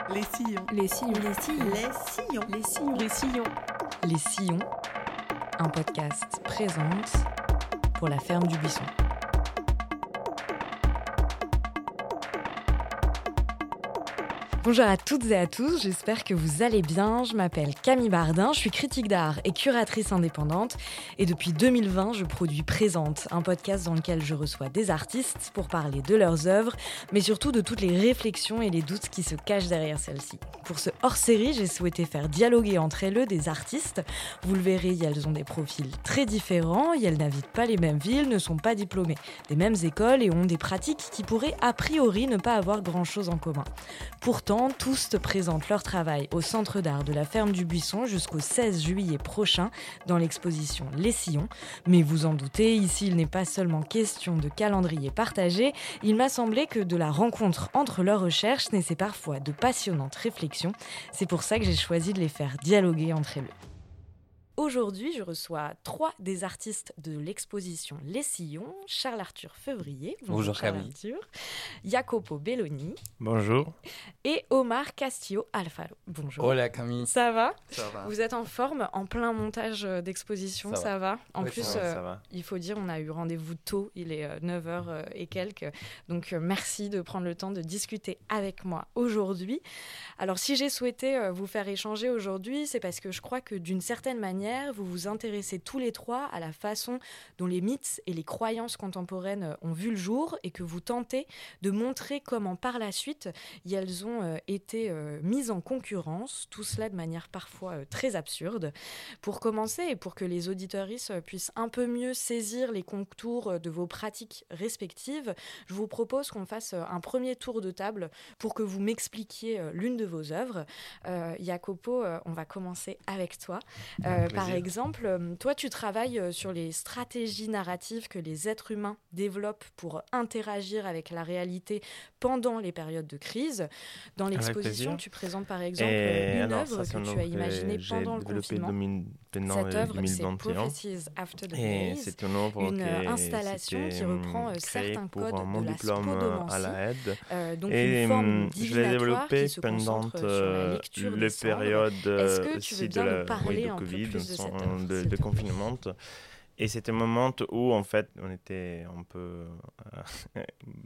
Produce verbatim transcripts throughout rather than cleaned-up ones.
Les sillons. Les sillons. Les sillons. Les sillons. Les sillons. Les sillons. Les sillons, un podcast présente pour la ferme du Buisson. Bonjour à toutes et à tous, j'espère que vous allez bien. Je m'appelle Camille Bardin, je suis critique d'art et curatrice indépendante. Et depuis deux mille vingt, je produis Présente, un podcast dans lequel je reçois des artistes pour parler de leurs œuvres, mais surtout de toutes les réflexions et les doutes qui se cachent derrière celles-ci. Pour ce hors-série, j'ai souhaité faire dialoguer entre elles des artistes. Vous le verrez, elles ont des profils très différents, et elles n'habitent pas les mêmes villes, ne sont pas diplômées des mêmes écoles et ont des pratiques qui pourraient a priori ne pas avoir grand-chose en commun. Pourtant, tous présentent leur travail au Centre d'art de la Ferme du Buisson jusqu'au seize juillet prochain dans l'exposition Les Sillons. Mais vous en doutez, ici il n'est pas seulement question de calendrier partagé, il m'a semblé que de la rencontre entre leurs recherches naissait parfois de passionnantes réflexions. C'est pour ça que j'ai choisi de les faire dialoguer entre elles. Aujourd'hui, je reçois trois des artistes de l'exposition Les Sillons, Charles-Arthur Fevrier. Bonjour, Bonjour Charles-Arthur. Jacopo Belloni. Bonjour. Et Omar Castillo Alfaro. Bonjour. Hola Camille. Ça va ? Ça va. Vous êtes en forme, en plein montage d'exposition, ça, ça va, va En oui, plus, ça va, euh, ça va. Il faut dire, on a eu rendez-vous tôt, il est euh, neuf heures euh, et quelques. Donc euh, merci de prendre le temps de discuter avec moi aujourd'hui. Alors si j'ai souhaité euh, vous faire échanger aujourd'hui, c'est parce que je crois que d'une certaine manière, vous vous intéressez tous les trois à la façon dont les mythes et les croyances contemporaines ont vu le jour et que vous tentez de montrer comment par la suite elles ont euh, été euh, mises en concurrence, tout cela de manière parfois euh, très absurde. Pour commencer et pour que les auditeuristes puissent un peu mieux saisir les contours de vos pratiques respectives, je vous propose qu'on fasse un premier tour de table pour que vous m'expliquiez euh, l'une de vos œuvres. Euh, Jacopo, euh, on va commencer avec toi. Euh, Par exemple, toi, tu travailles sur les stratégies narratives que les êtres humains développent pour interagir avec la réalité pendant les périodes de crise. Dans l'exposition, tu présentes par exemple Et une alors, œuvre ça, que tu as imaginée pendant le confinement. Cette œuvre, c'est Prophecies After the Blaze, une installation qui reprend certains codes de la spodomancie, à la aide. Euh, donc et une forme je l'ai développé qui se pendant sur la lecture les périodes Est-ce que tu veux aussi bien de, nous la, parler oui, de un Covid, peu plus de cette œuvre, de, de confinement. Et c'était un moment où, en fait, on était un peu euh,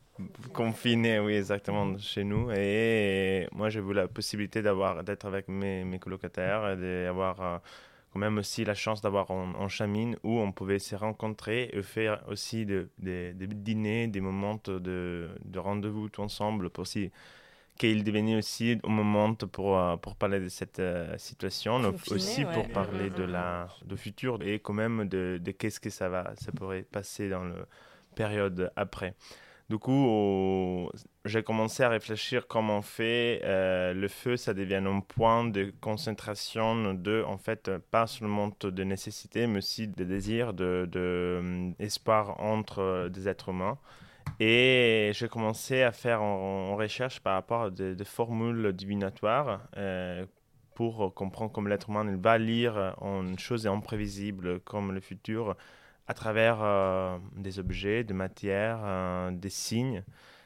confinés, oui, exactement, chez nous. Et moi, j'ai eu la possibilité d'avoir, d'être avec mes, mes colocataires et d'avoir euh, quand même aussi la chance d'avoir un, un chamine où on pouvait se rencontrer et faire aussi des de, de dîners, des moments de, de rendez-vous tout ensemble pour aussi... qu'il devenait aussi un moment pour, pour parler de cette uh, situation, Confiné, aussi ouais. pour parler de la de futur et quand même de, de qu'est-ce que ça va, ça pourrait passer dans la période après. Du coup, oh, j'ai commencé à réfléchir comment on fait euh, le feu, ça devient un point de concentration de, en fait, pas seulement de nécessité, mais aussi de désir, de, de um, espoir entre des êtres humains. Et j'ai commencé à faire en, en recherche par rapport à des, des formules divinatoires euh, pour comprendre comment l'être humain il va lire une chose imprévisible comme le futur à travers euh, des objets, des matières, euh, des signes.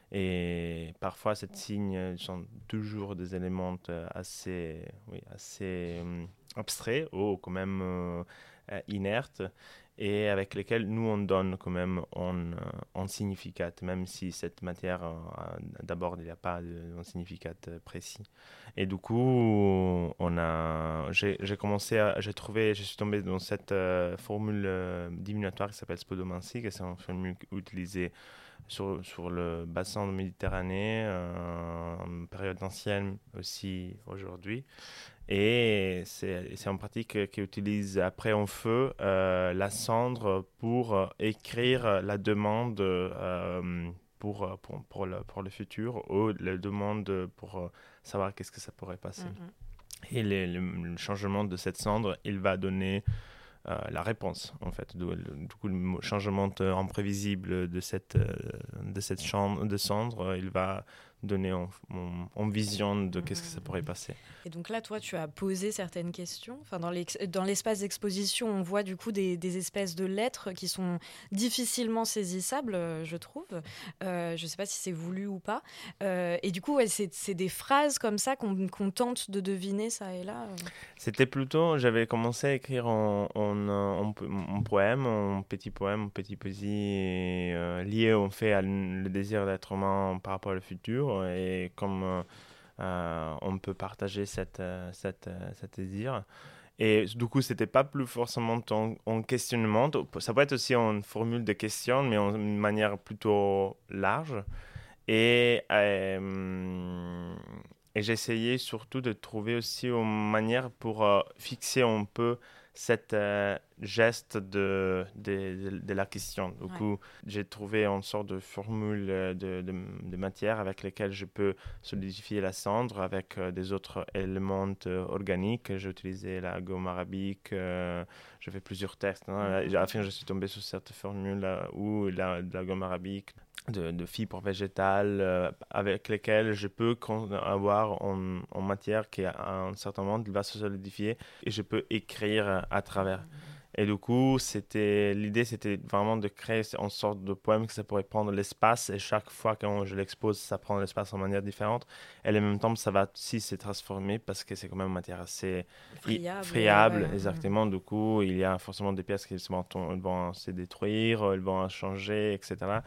Et parfois, ces signes sont toujours des éléments assez, oui, assez euh, abstraits ou quand même euh, inertes, et avec lesquels nous on donne quand même un, un significat, même si cette matière, euh, d'abord, il n'y a pas de, un significat précis. Et du coup, on a, j'ai, j'ai commencé à, j'ai trouvé, je suis tombé dans cette euh, formule euh, divinatoire qui s'appelle spodomancie, qui est une formule utilisée sur, sur le bassin de Méditerranée, euh, en période ancienne aussi aujourd'hui. Et c'est, c'est une pratique qui utilise après en feu euh, la cendre pour écrire la demande euh, pour, pour, pour, le, pour le futur ou la demande pour savoir qu'est-ce que ça pourrait passer. Mm-hmm. Et le, le, le changement de cette cendre, il va donner euh, la réponse, en fait. Du, du coup, le changement imprévisible de cette, de cette chambre, de cendre, il va donner en, en, en vision de qu'est-ce que ça pourrait passer. Et donc là, toi, tu as posé certaines questions. Enfin, dans, l'ex- dans l'espace d'exposition, on voit du coup des, des espèces de lettres qui sont difficilement saisissables, je trouve. Euh, je ne sais pas si c'est voulu ou pas. Euh, et du coup, ouais, c'est, c'est des phrases comme ça qu'on, qu'on tente de deviner ça et là. C'était plutôt, j'avais commencé à écrire en, en, en, en poème, en petit poème, en petit poésie euh, lié au fait à le désir d'être humain par rapport au futur et comme euh, on peut partager cette, cette, cette désir. Et du coup, c'était pas plus forcément en, en questionnement. Ça peut être aussi en formule de questions, mais en une manière plutôt large. Et, euh, et j'essayais surtout de trouver aussi une manière pour euh, fixer un peu cette euh, geste de, de, de, de la question. Du Ouais. coup, j'ai trouvé une sorte de formule de, de, de matière avec laquelle je peux solidifier la cendre avec euh, des autres éléments euh, organiques. J'ai utilisé la gomme arabique, euh, j'ai fait plusieurs tests. Hein. Mm-hmm. À la fin, je suis tombé sur cette formule où la, la gomme arabique de, de fibres végétales euh, avec lesquelles je peux avoir en, en matière qui à un certain moment va se solidifier et je peux écrire à travers. Et du coup, c'était, l'idée, c'était vraiment de créer une sorte de poème que ça pourrait prendre l'espace et chaque fois que je l'expose, ça prend l'espace en manière différente. Et en même temps, ça va aussi se transformer parce que c'est quand même une matière assez friable. friable Ouais. Exactement. Du coup, il y a forcément des pièces qui vont, elles vont se détruire, elles vont changer, et cetera.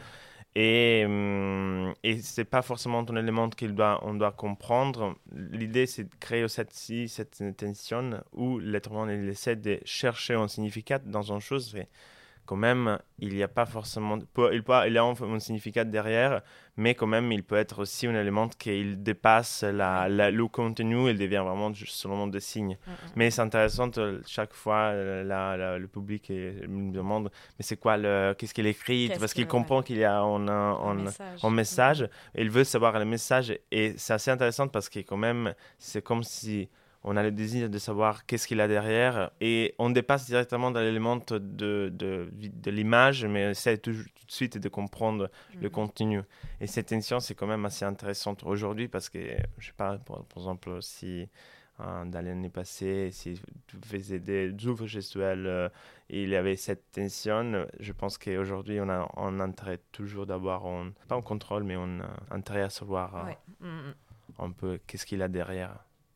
Et, hum, et ce n'est pas forcément un élément qu'on doit, on doit comprendre. L'idée, c'est de créer cette, cette tension où l'être humain il essaie de chercher un significat dans une chose. Mais quand même, il n'y a pas forcément... Il, peut, il, peut, il y a un, un significat derrière, mais quand même, il peut être aussi un élément qui dépasse la, la, le contenu, il devient vraiment seulement des signes. Mm-hmm. Mais c'est intéressant, chaque fois, la, la, le public me demande, mais c'est quoi, le, qu'est-ce qu'il écrit qu'est-ce Parce qu'il que, comprend ouais. qu'il y a un, un, un, un message, un message mm-hmm. et il veut savoir le message. Et c'est assez intéressant parce que quand même, c'est comme si... on a le désir de savoir qu'est-ce qu'il a derrière et on dépasse directement dans l'élément de, de, de, de l'image, mais on essaie tout, tout de suite de comprendre mmh. le contenu. Et cette tension, c'est quand même assez intéressante aujourd'hui parce que, je sais pas, par, par exemple, si hein, dans l'année passée, si tu faisais des œuvres gestuelles, euh, il y avait cette tension, je pense qu'aujourd'hui, on a un intérêt toujours d'avoir, un, pas un contrôle, mais un intérêt à savoir ouais. euh, mmh. un peu qu'est-ce qu'il a derrière.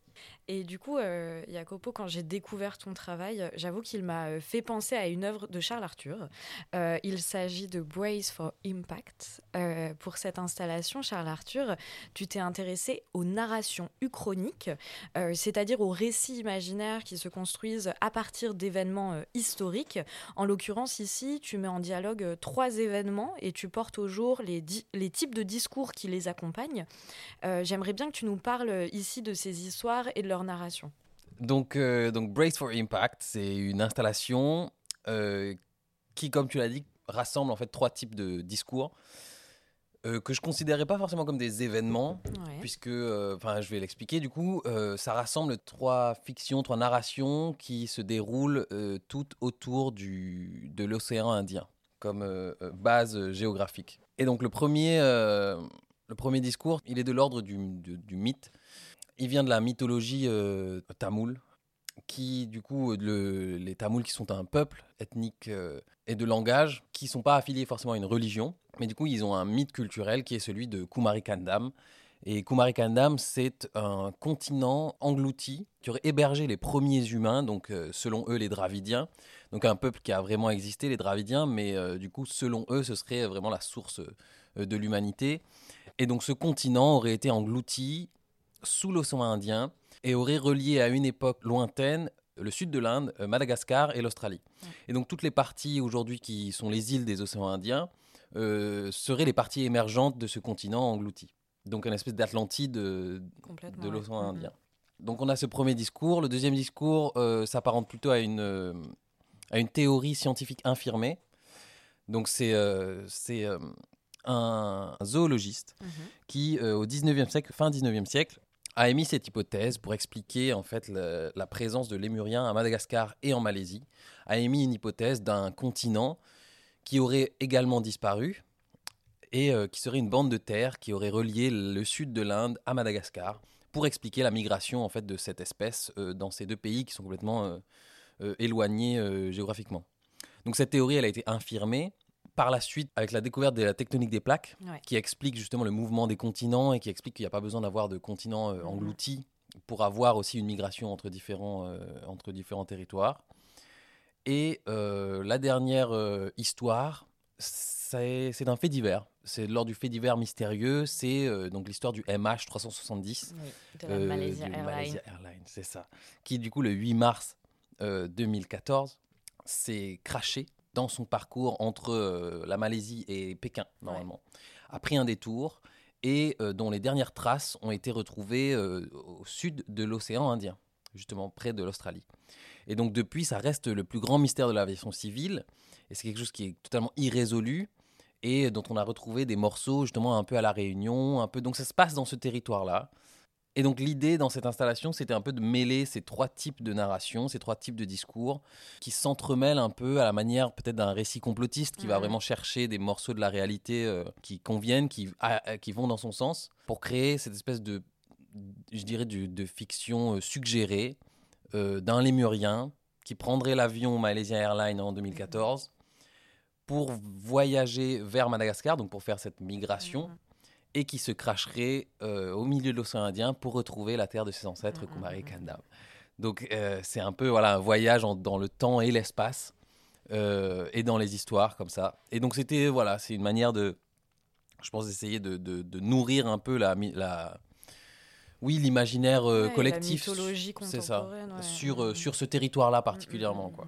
Et du coup, euh, Jacopo, quand j'ai découvert ton travail, j'avoue qu'il m'a fait penser à une œuvre de Charles Arthur. Euh, il s'agit de Brace for Impact. Euh, pour cette installation, Charles Arthur, tu t'es intéressé aux narrations uchroniques, euh, c'est-à-dire aux récits imaginaires qui se construisent à partir d'événements euh, historiques. En l'occurrence, ici, tu mets en dialogue euh, trois événements et tu portes au jour les, di- les types de discours qui les accompagnent. Euh, j'aimerais bien que tu nous parles ici de ces histoires et de leur narration. Donc, euh, donc Brace for Impact, c'est une installation euh, qui, comme tu l'as dit, rassemble en fait trois types de discours euh, que je considérais pas forcément comme des événements, ouais. puisque, enfin, euh, je vais l'expliquer. Du coup, euh, ça rassemble trois fictions, trois narrations qui se déroulent euh, toutes autour du de l'océan Indien comme euh, base géographique. Et donc le premier, euh, le premier discours, il est de l'ordre du, du, du mythe. Il vient de la mythologie euh, tamoule, qui du coup, le, les Tamouls qui sont un peuple ethnique euh, et de langage, qui ne sont pas affiliés forcément à une religion, mais du coup ils ont un mythe culturel qui est celui de Kumarikandam. Et Kumarikandam, c'est un continent englouti qui aurait hébergé les premiers humains, donc euh, selon eux les Dravidiens, donc un peuple qui a vraiment existé, les Dravidiens, mais euh, du coup selon eux ce serait vraiment la source euh, de l'humanité. Et donc ce continent aurait été englouti sous l'océan Indien et aurait relié à une époque lointaine le sud de l'Inde, Madagascar et l'Australie. Ouais. Et donc toutes les parties aujourd'hui qui sont les îles des océans Indiens euh, seraient les parties émergentes de ce continent englouti. Donc une espèce d'Atlantide de, de l'océan ouais. Indien. Mmh. Donc on a ce premier discours. Le deuxième discours euh, s'apparente plutôt à une, euh, à une théorie scientifique infirmée. Donc c'est... Euh, c'est euh, un zoologiste mmh. qui, euh, au dix-neuvième siècle, fin dix-neuvième siècle, a émis cette hypothèse pour expliquer en fait le, la présence de lémuriens à Madagascar et en Malaisie, a émis une hypothèse d'un continent qui aurait également disparu et euh, qui serait une bande de terre qui aurait relié le sud de l'Inde à Madagascar pour expliquer la migration en fait, de cette espèce euh, dans ces deux pays qui sont complètement euh, euh, éloignés euh, géographiquement. Donc cette théorie, elle a été infirmée par la suite avec la découverte de la tectonique des plaques, Ouais. qui explique justement le mouvement des continents et qui explique qu'il n'y a pas besoin d'avoir de continents euh, engloutis pour avoir aussi une migration entre différents, euh, entre différents territoires. Et euh, la dernière euh, histoire, c'est, c'est d'un fait divers. C'est lors du fait divers mystérieux, c'est euh, donc l'histoire du M H trois cent soixante-dix. Oui, de la euh, Malaysia du Airlines. Malaysia Airlines, c'est ça. Qui du coup le huit mars euh, deux mille quatorze s'est crashé dans son parcours entre euh, la Malaisie et Pékin, normalement. A pris un détour et euh, dont les dernières traces ont été retrouvées euh, au sud de l'océan Indien, justement près de l'Australie. Et donc depuis, ça reste le plus grand mystère de l'aviation civile. Et c'est quelque chose qui est totalement irrésolu et dont on a retrouvé des morceaux justement un peu à La Réunion. Un peu... Donc ça se passe dans ce territoire-là. Et donc l'idée dans cette installation, c'était un peu de mêler ces trois types de narration, ces trois types de discours, qui s'entremêlent un peu à la manière peut-être d'un récit complotiste qui mmh. va vraiment chercher des morceaux de la réalité euh, qui conviennent, qui, à, qui vont dans son sens, pour créer cette espèce de, je dirais, de, de fiction euh, suggérée euh, d'un lémurien qui prendrait l'avion Malaysia Airlines en deux mille quatorze pour voyager vers Madagascar, donc pour faire cette migration. Mmh. Et qui se cracherait euh, au milieu de l'océan Indien pour retrouver la terre de ses ancêtres, Kumari Kandam. Donc euh, c'est un peu voilà, un voyage en, dans le temps et l'espace, euh, et dans les histoires comme ça. Et donc c'était, voilà, c'est une manière de, je pense, d'essayer de, de, de nourrir un peu la, la oui, l'imaginaire euh, ouais, collectif, la mythologie contemporaine, c'est ça, ouais. sur, euh, sur ce territoire-là particulièrement. Quoi.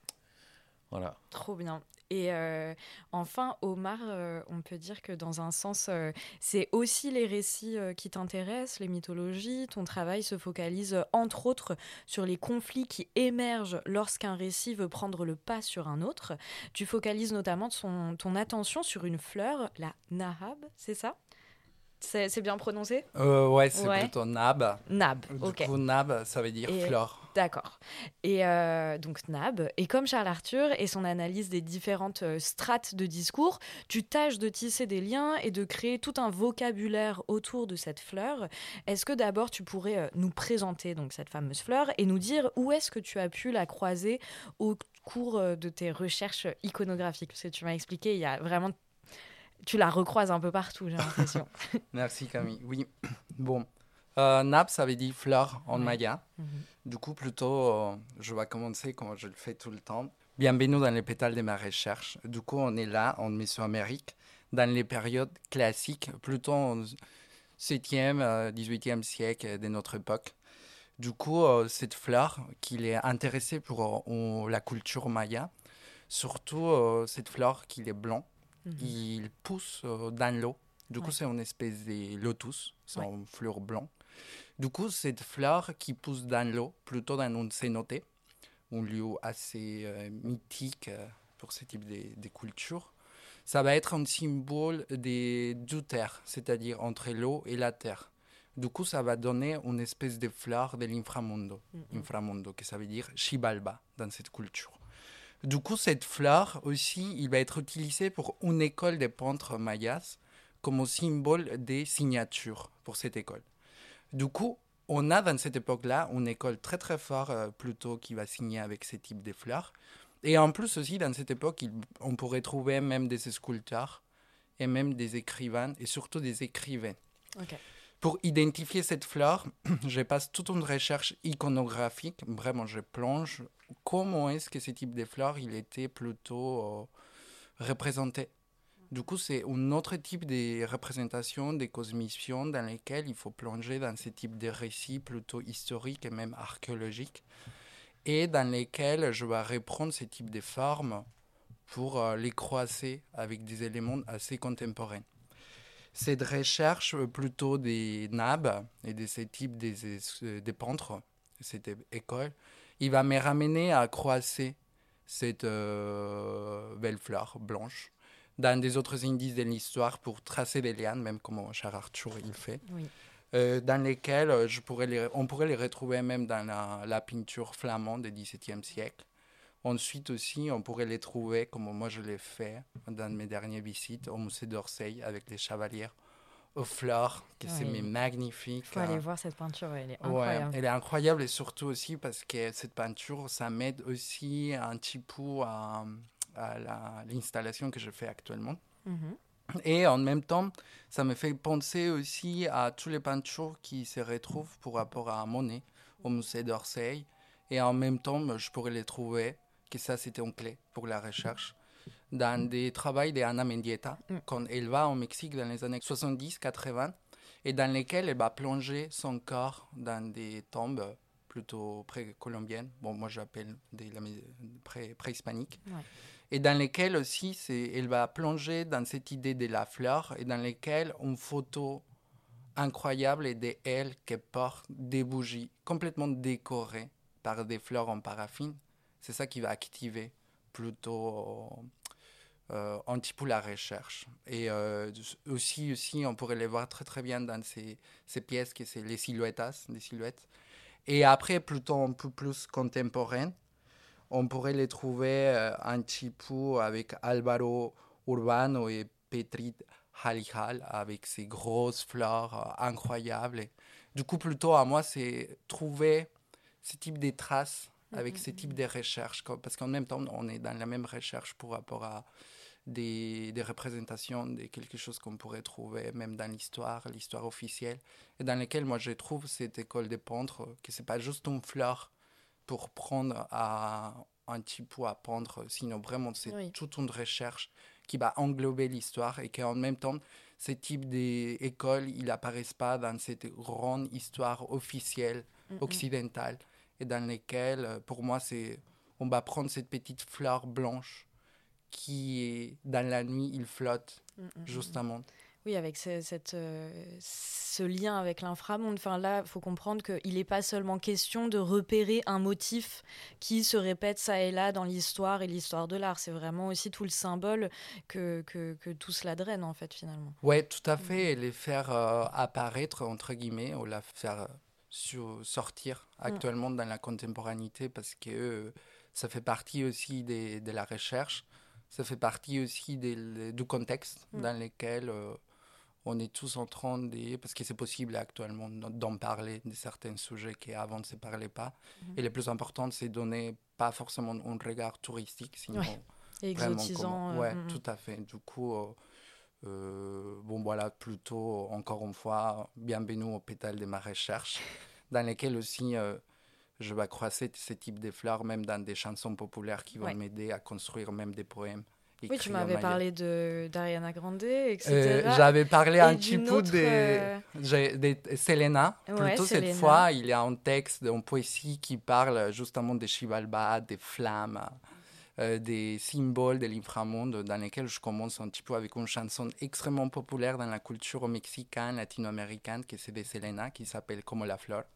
Voilà. Trop bien. Et euh, enfin, Omar, euh, on peut dire que dans un sens, euh, c'est aussi les récits euh, qui t'intéressent, les mythologies. Ton travail se focalise, euh, entre autres, sur les conflits qui émergent lorsqu'un récit veut prendre le pas sur un autre. Tu focalises notamment son, ton attention sur une fleur, la nahab, c'est ça ? C'est, c'est bien prononcé ? euh, Ouais, c'est ouais. plutôt nab. Nab, du ok. Du coup, nab, ça veut dire et, fleur. D'accord. Et euh, donc nab, et comme Charles Arthur et son analyse des différentes euh, strates de discours, tu tâches de tisser des liens et de créer tout un vocabulaire autour de cette fleur. Est-ce que d'abord tu pourrais euh, nous présenter donc cette fameuse fleur et nous dire où est-ce que tu as pu la croiser au cours euh, de tes recherches iconographiques ? Parce que tu m'as expliqué, il y a vraiment... Tu la recroises un peu partout, j'ai l'impression. Merci Camille. Oui, bon. Euh, nab, ça veut dire fleur en ouais. maya. Mm-hmm. Du coup, plutôt, euh, je vais commencer comme je le fais tout le temps. Bienvenue dans les pétales de ma recherche. Du coup, on est là, en Mésoamérique, dans les périodes classiques, plutôt au septième, dix-huitième siècle de notre époque. Du coup, euh, cette fleur qui est intéressée pour euh, la culture maya, surtout euh, cette fleur qui est blanc, mm-hmm. il pousse euh, dans l'eau. Du coup, ouais. c'est une espèce de lotus, c'est ouais. une fleur blanche. Du coup, cette fleur qui pousse dans l'eau, plutôt dans une cénote, un lieu assez euh, mythique euh, pour ce type de, de culture, ça va être un symbole des deux terres, c'est-à-dire entre l'eau et la terre. Du coup, ça va donner une espèce de fleur de l'inframundo, mm-hmm. inframundo, que ça veut dire Xibalba dans cette culture. Du coup, cette fleur aussi, il va être utilisé pour une école de peintres mayas comme symbole des signatures pour cette école. Du coup, on a dans cette époque-là une école très très forte euh, plutôt qui va signer avec ce type de fleurs. Et en plus aussi, dans cette époque, il, on pourrait trouver même des sculpteurs et même des écrivains et surtout des écrivains. Okay. Pour identifier cette fleur, je passe toute une recherche iconographique. Vraiment, je plonge. Comment est-ce que ce type de fleurs il était plutôt euh, représenté ? Du coup, c'est un autre type de représentation, de cosmission dans lesquelles il faut plonger dans ce type de récits plutôt historiques et même archéologiques, et dans lesquels je vais reprendre ce type de formes pour euh, les croiser avec des éléments assez contemporains. Cette recherche plutôt des nabs et de ce type de, de peintres, cette école, il va me ramener à croiser cette euh, belle fleur blanche dans des autres indices de l'histoire pour tracer des liens, même comme Charles Arthur il fait, oui. euh, dans lesquels je pourrais les, on pourrait les retrouver même dans la, la peinture flamande du dix-septième siècle. Ensuite aussi, on pourrait les trouver, comme moi je l'ai fait dans mes dernières visites, au musée d'Orsay avec les chevaliers aux fleurs, que oui. c'est mais magnifique. Il faut aller voir cette peinture, elle est incroyable. Ouais, elle est incroyable et surtout aussi parce que cette peinture, ça m'aide aussi un petit peu à, à la, l'installation que je fais actuellement. Mm-hmm. Et en même temps, ça me fait penser aussi à toutes les peintures qui se retrouvent par rapport à Monet au musée d'Orsay. Et en même temps, je pourrais les trouver, que ça c'était une clé pour la recherche, dans des travaux d'Anna Mendieta, mm. quand elle va au Mexique dans les années soixante-dix quatre-vingts, et dans lesquels elle va plonger son corps dans des tombes plutôt pré-colombiennes, bon, moi j'appelle des pré- pré-hispaniques, ouais. Et dans lesquels aussi, c'est, elle va plonger dans cette idée de la fleur, et dans lesquels une photo incroyable est d'elle qui porte des bougies complètement décorées par des fleurs en paraffine. C'est ça qui va activer plutôt euh, un petit peu la recherche. Et euh, aussi, aussi, on pourrait les voir très très bien dans ces, ces pièces, que c'est les silhouettas, des silhouettes. Et après, plutôt un peu plus contemporaines, on pourrait les trouver euh, un petit peu avec Álvaro Urbano et Petrit Halijal, avec ces grosses fleurs euh, incroyables. Et du coup, plutôt à moi, c'est trouver ce type de traces avec mm-hmm. ce type de recherche, parce qu'en même temps, on est dans la même recherche par rapport à des, des représentations de quelque chose qu'on pourrait trouver même dans l'histoire, l'histoire officielle, et dans laquelle moi je trouve cette école de peintre, que c'est pas juste une fleur pour prendre à, un petit peu à pendre, sinon vraiment c'est oui. toute une recherche qui va englober l'histoire et qu'en même temps, ce type d'école, il n'apparaissent pas dans cette grande histoire officielle mm-hmm. occidentale, et dans lesquelles, pour moi, c'est, on va prendre cette petite fleur blanche qui, est, dans la nuit, il flotte, mm-hmm. justement. Oui, avec ce, cette, euh, ce lien avec l'inframonde. Enfin, là, il faut comprendre qu'il n'est pas seulement question de repérer un motif qui se répète ça et là dans l'histoire et l'histoire de l'art. C'est vraiment aussi tout le symbole que, que, que tout cela draine, en fait, finalement. Oui, tout à fait. Et les faire euh, apparaître, entre guillemets, ou la faire euh, sur, sortir actuellement mm. dans la contemporanéité, parce que euh, ça fait partie aussi des, de la recherche. Ça fait partie aussi des, du contexte mm. dans lequel... Euh, on est tous en train de... Parce que c'est possible actuellement d'en parler de certains sujets qu'avant ne se parlaient pas. Mm-hmm. Et le plus important, c'est de donner pas forcément un regard touristique, sinon... Ouais. Exotisant. Oui, euh, mm-hmm. tout à fait. Du coup, euh, euh, bon voilà, plutôt, encore une fois, bienvenue au pétale de ma recherche, dans lesquelles aussi, euh, je vais croiser ce type de fleurs, même dans des chansons populaires qui vont ouais. m'aider à construire même des poèmes. Oui, tu m'avais parlé de, d'Ariana Grande, et cetera. Euh, j'avais parlé et un petit peu autre, de, euh... de Selena. Ouais, Plutôt Selena. Cette fois, il y a un texte, une poésie qui parle justement des Xibalbas, des flammes, euh, des symboles de l'inframonde, dans lesquels je commence un petit peu avec une chanson extrêmement populaire dans la culture mexicaine, latino-américaine, qui c'est de Selena, qui s'appelle Como la flor.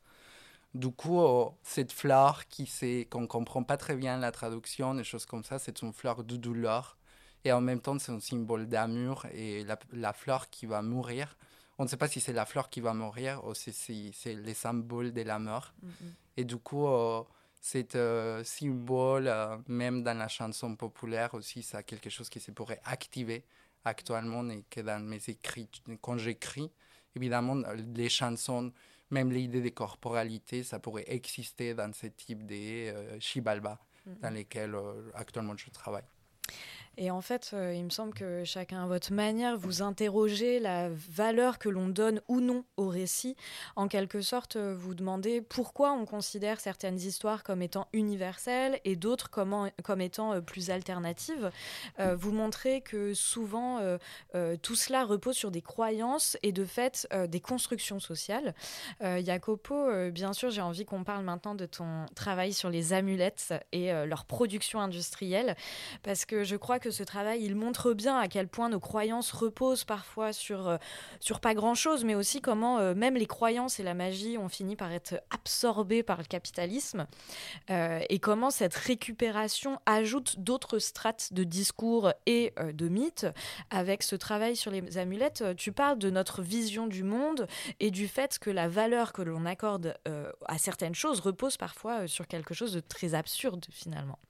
Du coup, euh, cette fleur qui c'est, qu'on ne comprend pas très bien la traduction, des choses comme ça, c'est une fleur de douleur. Et en même temps, c'est un symbole d'amour, et la, la fleur qui va mourir, on ne sait pas si c'est la fleur qui va mourir ou si, si c'est le symbole de la mort. Mm-hmm. Et du coup, euh, cet euh, symbole, euh, même dans la chanson populaire aussi, ça a quelque chose qui se pourrait activer actuellement, et que dans mes écrits, quand j'écris, évidemment, les chansons, même l'idée de corporalité, ça pourrait exister dans ce type de euh, Xibalba, mm-hmm. dans lesquels euh, actuellement je travaille. Et en fait, euh, il me semble que chacun à votre manière, vous interrogez la valeur que l'on donne ou non au récit. En quelque sorte, euh, vous demandez pourquoi on considère certaines histoires comme étant universelles et d'autres comme, comme étant euh, plus alternatives. Euh, vous montrez que souvent, euh, euh, tout cela repose sur des croyances et de fait, euh, des constructions sociales. Euh, Jacopo, euh, bien sûr, j'ai envie qu'on parle maintenant de ton travail sur les amulettes et euh, leur production industrielle, parce que je crois que ce travail, il montre bien à quel point nos croyances reposent parfois sur, euh, sur pas grand-chose, mais aussi comment euh, même les croyances et la magie ont fini par être absorbées par le capitalisme, euh, et comment cette récupération ajoute d'autres strates de discours et euh, de mythes. Avec ce travail sur les amulettes, tu parles de notre vision du monde et du fait que la valeur que l'on accorde euh, à certaines choses repose parfois euh, sur quelque chose de très absurde finalement.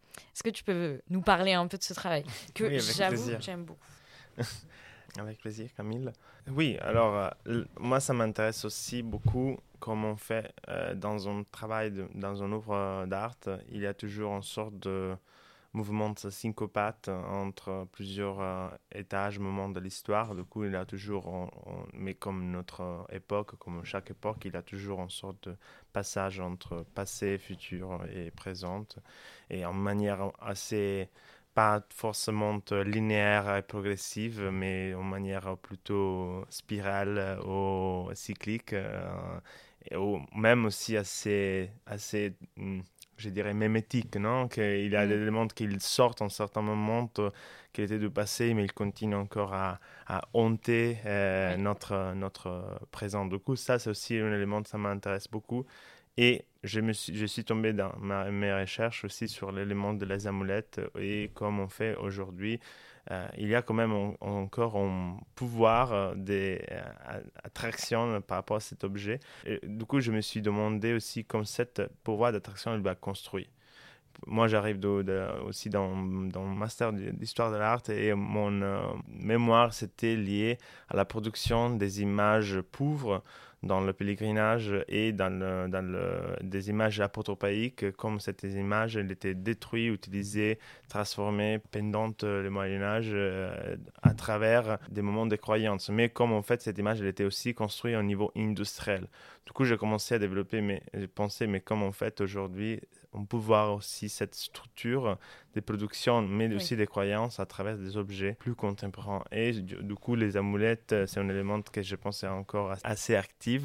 Est-ce que tu peux nous parler un peu de ce travail que oui, j'avoue, plaisir. j'aime beaucoup. Avec plaisir, Camille. Oui, alors, euh, l- moi, ça m'intéresse aussi beaucoup comment on fait euh, dans un travail, de- dans une œuvre d'art. Il y a toujours une sorte de mouvement syncopate entre plusieurs euh, étages, moments de l'histoire. Du coup, il y a toujours, on- on- mais comme notre époque, comme chaque époque, il y a toujours une sorte de passage entre passé, futur et présent. Et en manière assez pas forcément linéaire et progressive, mais en manière plutôt spirale ou cyclique, euh, et ou même aussi assez, assez hum, je dirais, mémétique, non? Qu'il y a Mm. des éléments qui sortent en certains moments, euh, qui étaient du passé, mais ils continuent encore à, à hanter euh, Oui. notre, notre présent. Du coup, ça, c'est aussi un élément que ça m'intéresse beaucoup. Et je, me suis, je suis tombé dans ma, mes recherches aussi sur l'élément de les amulettes et comme on fait aujourd'hui. Euh, il y a quand même on, encore un pouvoir euh, d'attraction par rapport à cet objet. Et du coup, je me suis demandé aussi comme cet pouvoir d'attraction il va construire. Moi, j'arrive de, de, aussi dans, dans mon master d'histoire de l'art et mon euh, mémoire, c'était lié à la production des images pauvres dans le pèlerinage et dans, le, dans le, des images apotropaiques, comme ces images elles étaient détruites, utilisées, transformées pendant le Moyen-Âge euh, à travers des moments de croyance. Mais comme en fait, cette image elle était aussi construite au niveau industriel. Du coup, j'ai commencé à développer mes pensées, mais comme en fait, aujourd'hui, on peut voir aussi cette structure des productions, mais Oui. aussi des croyances à travers des objets plus contemporains. Et du, du coup, les amulettes, c'est un élément que je pense est encore assez actif.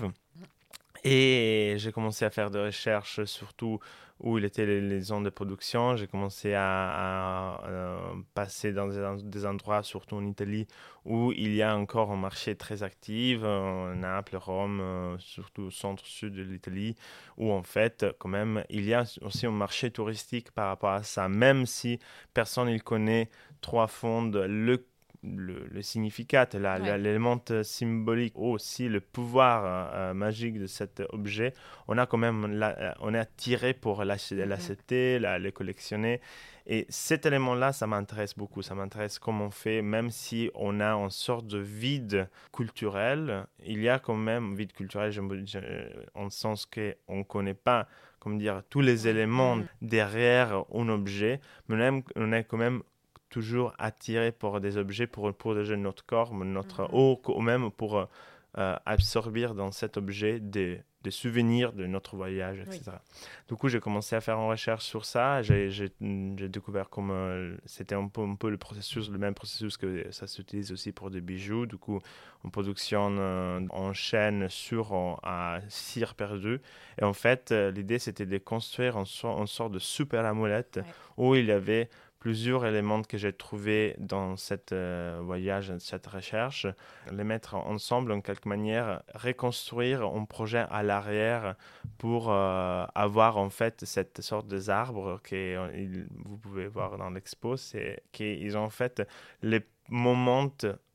Et j'ai commencé à faire des recherches, surtout où il était les, les zones de production. J'ai commencé à, à, à passer dans des, des endroits, surtout en Italie, où il y a encore un marché très actif, euh, Naples, Rome, euh, surtout au centre-sud de l'Italie, où en fait, quand même, il y a aussi un marché touristique par rapport à ça, même si personne ne connaît trois fonds le Le, le significat, la, Ouais. l'élément symbolique, aussi le pouvoir euh, magique de cet objet, on a quand même, la, on est attiré pour l'accepter, la, le collectionner. Et cet élément-là, ça m'intéresse beaucoup. Ça m'intéresse comment on fait, même si on a une sorte de vide culturel, il y a quand même vide culturel, je, je, en sens qu'on ne connaît pas, comment dire, tous les éléments Mm. derrière un objet, mais on est, on est quand même toujours attiré par des objets pour protéger notre corps, notre Mhm. eau, ou même pour euh, absorber dans cet objet des, des souvenirs de notre voyage, et cetera. Oui. Du coup, j'ai commencé à faire une recherche sur ça. J'ai, j'ai, j'ai découvert comme euh, c'était un peu, un peu le processus, le même processus que ça s'utilise aussi pour des bijoux. Du coup, en production euh, en chaîne sur en, à cire perdue. Et en fait, euh, l'idée, c'était de construire une, so- une sorte de super amulette ouais. où il y avait plusieurs éléments que j'ai trouvés dans ce euh, voyage, cette recherche, les mettre ensemble en quelque manière, reconstruire un projet à l'arrière pour euh, avoir en fait cette sorte d'arbres que vous pouvez voir dans l'expo, c'est qu'ils ont en fait les moments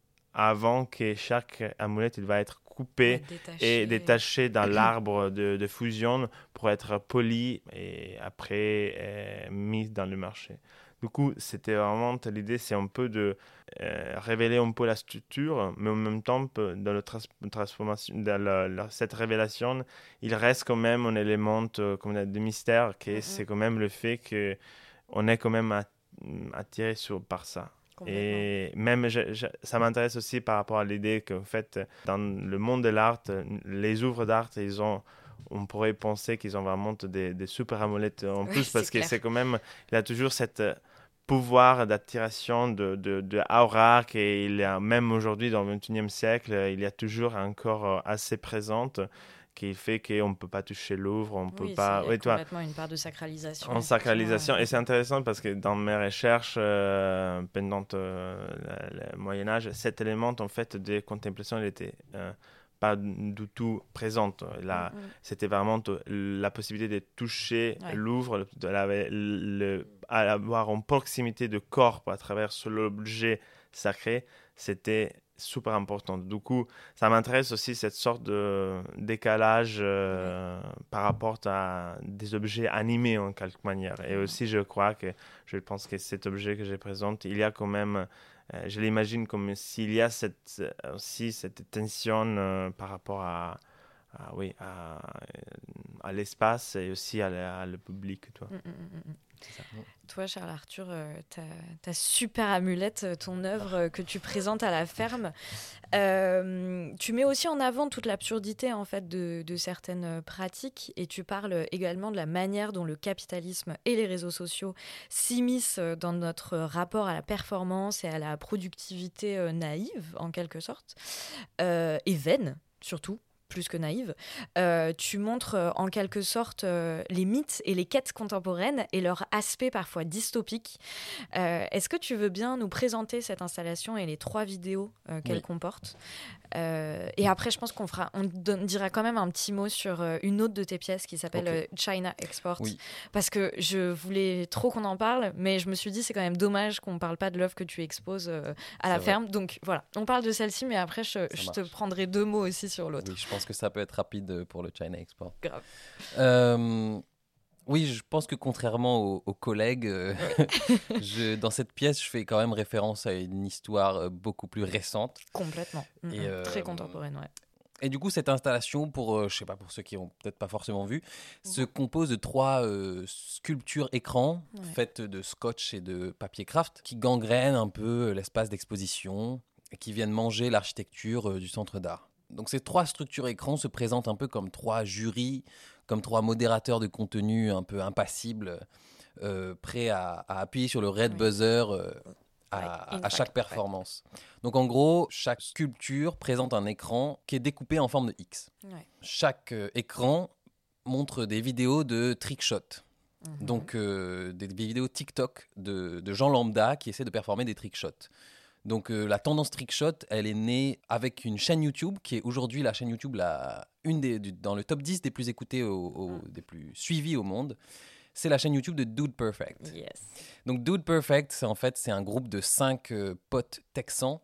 avant que chaque amulette il va être coupé détaché. et détaché dans l'arbre de, de fusion pour être poli et après euh, mis dans le marché. Du coup, c'était vraiment l'idée, c'est un peu de euh, révéler un peu la structure, mais en même temps, dans, le trans- transformation, dans la, la, cette révélation, il reste quand même un élément euh, comme de mystère, qui mm-hmm. c'est quand même le fait qu'on est quand même attiré sur, par ça. Et même, je, je, ça m'intéresse aussi par rapport à l'idée qu'en fait, dans le monde de l'art, les œuvres d'art, ils ont... on pourrait penser qu'ils ont vraiment des, des super amulettes en oui, plus, parce que c'est quand même, il y a toujours cette pouvoir d'attiration de, de, de aura qu'il y a, même aujourd'hui dans le vingt et unième siècle, il y a toujours encore assez présente, qui fait qu'on ne peut pas toucher l'ouvre, on ne peut oui, pas... Oui, oui, complètement toi, une part de sacralisation. En sacralisation, et c'est intéressant parce que dans mes recherches euh, pendant euh, le, le Moyen-Âge, cet élément en fait de contemplation, il était... Euh, pas du tout présente. Là, mm-hmm. C'était vraiment la possibilité de toucher ouais. l'ouvre, de la, le, avoir en proximité de corps à travers l'objet sacré. C'était, super importante. Du coup, ça m'intéresse aussi cette sorte de décalage euh, par rapport à des objets animés en quelque manière. Et aussi, je crois que, je pense que cet objet que je présente, il y a quand même, euh, je l'imagine comme s'il y a cette, aussi cette tension euh, par rapport à, à, oui, à, à l'espace et aussi à, la, à le public. Toi. Mm, mm, mm. Toi, Charles Arthur, euh, ta, ta super amulette, ton œuvre euh, que tu présentes à la ferme, euh, tu mets aussi en avant toute l'absurdité en fait de, de certaines pratiques et tu parles également de la manière dont le capitalisme et les réseaux sociaux s'immiscent dans notre rapport à la performance et à la productivité euh, naïve en quelque sorte euh, et vaine surtout. Plus que naïve, euh, tu montres euh, en quelque sorte euh, les mythes et les quêtes contemporaines et leur aspect parfois dystopique. Euh, est-ce que tu veux bien nous présenter cette installation et les trois vidéos euh, qu'elle oui. comporte euh, et après, je pense qu'on fera, on don- dira quand même un petit mot sur euh, une autre de tes pièces qui s'appelle okay. euh, China Export, oui. parce que je voulais trop qu'on en parle, mais je me suis dit c'est quand même dommage qu'on parle pas de l'œuvre que tu exposes euh, à c'est la vrai. ferme. Donc voilà, on parle de celle-ci, mais après je, je te prendrai deux mots aussi sur l'autre. Oui, je pense que ça peut être rapide pour le China Export. Grave. Euh, oui, je pense que contrairement aux, aux collègues, euh, je, dans cette pièce, je fais quand même référence à une histoire beaucoup plus récente. Complètement. Mmh, et, euh, très contemporaine, ouais. Et du coup, cette installation, pour, euh, je sais pas, pour ceux qui n'ont peut-être pas forcément vu, mmh. se compose de trois euh, sculptures écrans ouais. faites de scotch et de papier craft qui gangrènent un peu l'espace d'exposition et qui viennent manger l'architecture euh, du centre d'art. Donc ces trois structures écrans se présentent un peu comme trois jurys, comme trois modérateurs de contenu un peu impassibles, euh, prêts à, à appuyer sur le red oui. buzzer euh, à, ouais, à chaque performance. Ouais. Donc en gros, chaque sculpture présente un écran qui est découpé en forme de X. Ouais. Chaque euh, écran montre des vidéos de trick shots. Mm-hmm. Donc euh, des, des vidéos TikTok de, de gens lambda qui essaient de performer des trick shots. Donc euh, la tendance trickshot, elle est née avec une chaîne YouTube qui est aujourd'hui la chaîne YouTube la, une des, du, dans le top dix des plus écoutées, au, au, mm. des plus suivies au monde. C'est la chaîne YouTube de Dude Perfect. Yes. Donc Dude Perfect, c'est en fait c'est un groupe de cinq euh, potes texans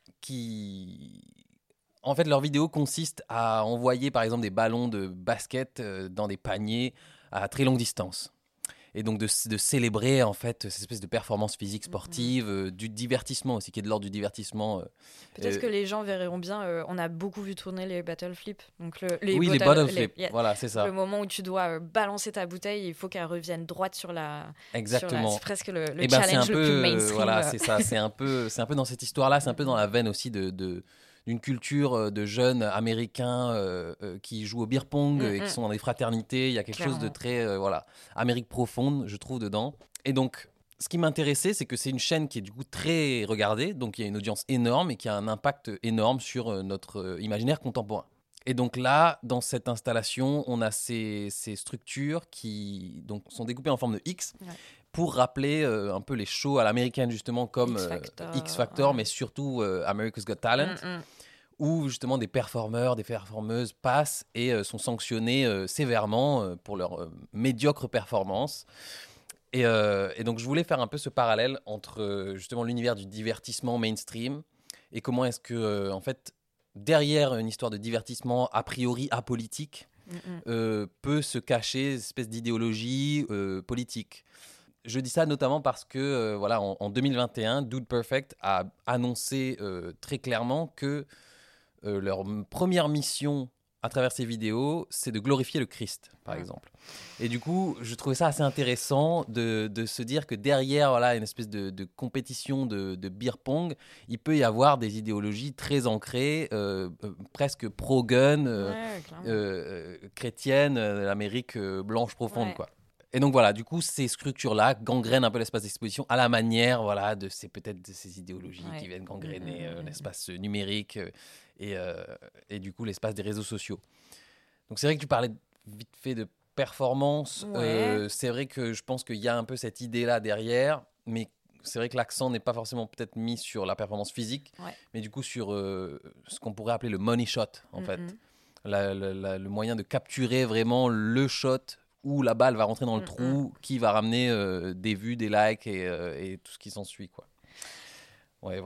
qui... En fait, leurs vidéos consistent à envoyer par exemple des ballons de basket euh, dans des paniers à très longue distance. Et donc de, de célébrer en fait cette espèce de performance physique sportive, mmh. euh, du divertissement aussi, qui est de l'ordre du divertissement. Euh, Peut-être euh, que les gens verront bien, euh, on a beaucoup vu tourner les battle flips. Donc le, les oui, bottle, les bottle flips, yeah, voilà, c'est ça. Le moment où tu dois euh, balancer ta bouteille, il faut qu'elle revienne droite sur la... Exactement. Sur la, c'est presque le, le ben, challenge c'est un le peu, plus mainstream. Voilà, c'est ça, c'est un, peu, c'est un peu dans cette histoire-là, c'est un peu dans la veine aussi de... de d'une culture de jeunes américains euh, euh, qui jouent au beer pong mm-hmm. et qui sont dans des fraternités. Il y a quelque Clairement. chose de très, euh, voilà, Amérique profonde, je trouve, dedans. Et donc, ce qui m'intéressait, c'est que c'est une chaîne qui est du coup très regardée, donc il y a une audience énorme et qui a un impact énorme sur euh, notre euh, imaginaire contemporain. Et donc là, dans cette installation, on a ces, ces structures qui donc, sont découpées en forme de X. Ouais. Pour rappeler euh, un peu les shows à l'américaine, justement, comme X-Factor, euh, X-Factor ouais. mais surtout euh, America's Got Talent, mm-hmm. où justement des performeurs, des performeuses passent et euh, sont sanctionnés euh, sévèrement euh, pour leur euh, médiocre performance. Et, euh, et donc, je voulais faire un peu ce parallèle entre euh, justement l'univers du divertissement mainstream et comment est-ce que, euh, en fait, derrière une histoire de divertissement a priori apolitique, mm-hmm. euh, peut se cacher une espèce d'idéologie euh, politique. Je dis ça notamment parce que, euh, voilà, en, en deux mille vingt et un, Dude Perfect a annoncé euh, très clairement que euh, leur m- première mission à travers ces vidéos, c'est de glorifier le Christ, par ouais. exemple. Et du coup, je trouvais ça assez intéressant de, de se dire que derrière, voilà, une espèce de, de compétition de, de beer pong, il peut y avoir des idéologies très ancrées, euh, euh, presque pro-gun, euh, ouais, euh, chrétiennes, de l'Amérique euh, blanche profonde, ouais. quoi. Et donc voilà, du coup, ces structures-là gangrènent un peu l'espace d'exposition à la manière, voilà, de ces peut-être de ces idéologies ouais. qui viennent gangréner euh, l'espace numérique euh, et, euh, et du coup l'espace des réseaux sociaux. Donc c'est vrai que tu parlais vite fait de performance. Ouais. Euh, c'est vrai que je pense qu'il y a un peu cette idée-là derrière, mais c'est vrai que l'accent n'est pas forcément peut-être mis sur la performance physique, ouais. mais du coup sur euh, ce qu'on pourrait appeler le money shot, en mm-hmm. fait. La, la, la, le moyen de capturer vraiment le shot où la balle va rentrer dans le mm-hmm. trou, qui va ramener euh, des vues, des likes et, euh, et tout ce qui s'ensuit, quoi. Ouais, voilà.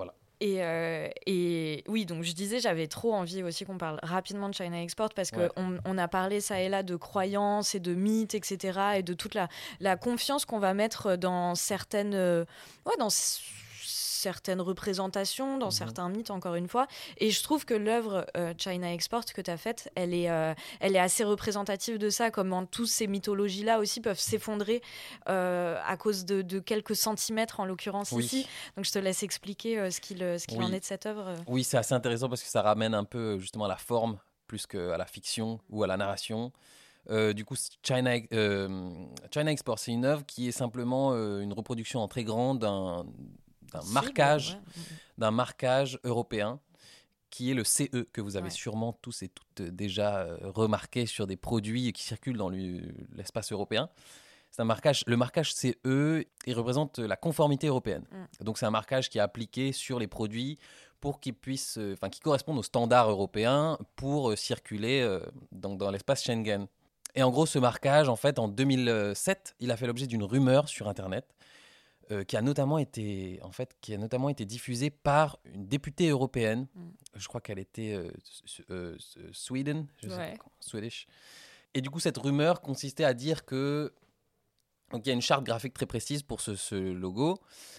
Et, euh, et oui, donc je disais, j'avais trop envie aussi qu'on parle rapidement de China Export parce qu'on Ouais. on a parlé ça et là de croyances et de mythes, et cetera. Et de toute la, la confiance qu'on va mettre dans certaines, euh, ouais, dans c- certaines représentations, dans Mhm. certains mythes, encore une fois. Et je trouve que l'œuvre euh, China Export que tu as faite, elle est, euh, elle est assez représentative de ça, comment tous ces mythologies-là aussi peuvent s'effondrer euh, à cause de, de quelques centimètres, en l'occurrence Oui. ici. Donc je te laisse expliquer euh, ce qu'il euh, ce qu'il Oui. en est de cette œuvre. Oui, c'est assez intéressant parce que ça ramène un peu justement à la forme plus qu'à la fiction ou à la narration. Euh, du coup, China, euh, China Export, c'est une œuvre qui est simplement euh, une reproduction en très grande d'un, d'un Cible, marquage, ouais. d'un marquage européen qui est le C E, que vous avez Ouais. sûrement tous et toutes déjà euh, remarqué sur des produits qui circulent dans le- l'espace européen. C'est un marquage, le marquage C E, il représente la conformité européenne. Mm. Donc c'est un marquage qui est appliqué sur les produits pour qu'ils puissent, euh, enfin, qui correspondent aux standards européens pour euh, circuler euh, dans, dans l'espace Schengen. Et en gros, ce marquage, en fait, en deux mille sept, il a fait l'objet d'une rumeur sur Internet euh, qui a notamment été, en fait, qui a notamment été diffusée par une députée européenne. Mm. Je crois qu'elle était euh, s- euh, s- Sweden, je sais Ouais. pas comment, Swedish. Et du coup, cette rumeur consistait à dire que donc il y a une charte graphique très précise pour ce, ce logo.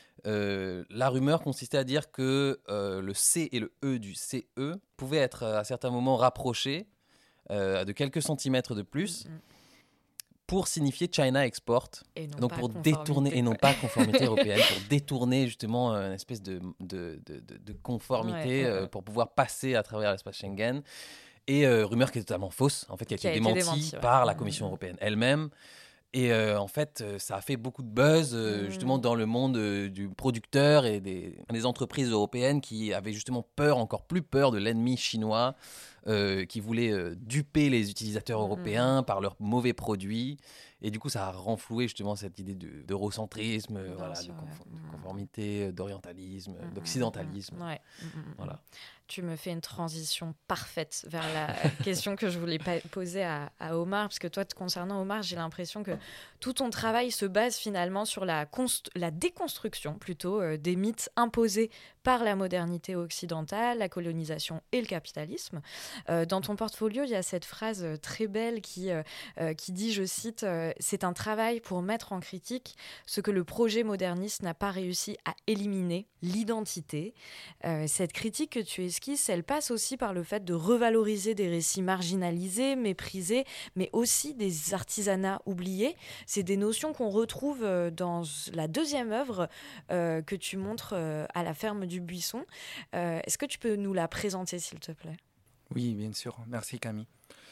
Euh, la rumeur consistait à dire que euh, le C et le E du C E pouvaient être euh, à certains moments rapprochés euh, de quelques centimètres de plus Mm, mm. pour signifier China Export. Et non Donc pas pour conformité, détourner, et non quoi. pas conformité européenne, pour détourner justement euh, une espèce de, de, de, de- de conformité Ouais, ouais, euh, ouais. pour pouvoir passer à travers l'espace Schengen. Et euh, rumeur qui est totalement fausse, en fait, qui a Qui été a été démentie démentie, ouais. par la Mm, Commission mm. européenne elle-même. Et euh, en fait, euh, ça a fait beaucoup de buzz euh, Mm. justement dans le monde euh, du producteur et des, des entreprises européennes qui avaient justement peur, encore plus peur de l'ennemi chinois, euh, qui voulait euh, duper les utilisateurs Mm. européens par leurs mauvais produits. Et du coup, ça a renfloué justement cette idée de- d'eurocentrisme, euh, Bien voilà, sûr, de, confor- ouais. de Mm. conformité, euh, d'orientalisme, Mm, mm, d'occidentalisme. mm, mm. Ouais. Mm, mm, mm. Voilà. Tu me fais une transition parfaite vers la question que je voulais pa- poser à, à Omar, parce que toi, te concernant Omar, j'ai l'impression que tout ton travail se base finalement sur la, const- la déconstruction plutôt euh, des mythes imposés par la modernité occidentale, la colonisation et le capitalisme. Euh, dans ton portfolio, il y a cette phrase euh, très belle qui, euh, euh, qui dit, je cite, euh, « C'est un travail pour mettre en critique ce que le projet moderniste n'a pas réussi à éliminer, l'identité. Euh, » Cette critique que tu esquisses, elle passe aussi par le fait de revaloriser des récits marginalisés, méprisés, mais aussi des artisanats oubliés. C'est des notions qu'on retrouve euh, dans la deuxième œuvre euh, que tu montres euh, à la ferme du Buisson. Euh, est-ce que tu peux nous la présenter, s'il te plaît ? Oui, bien sûr. Merci Camille.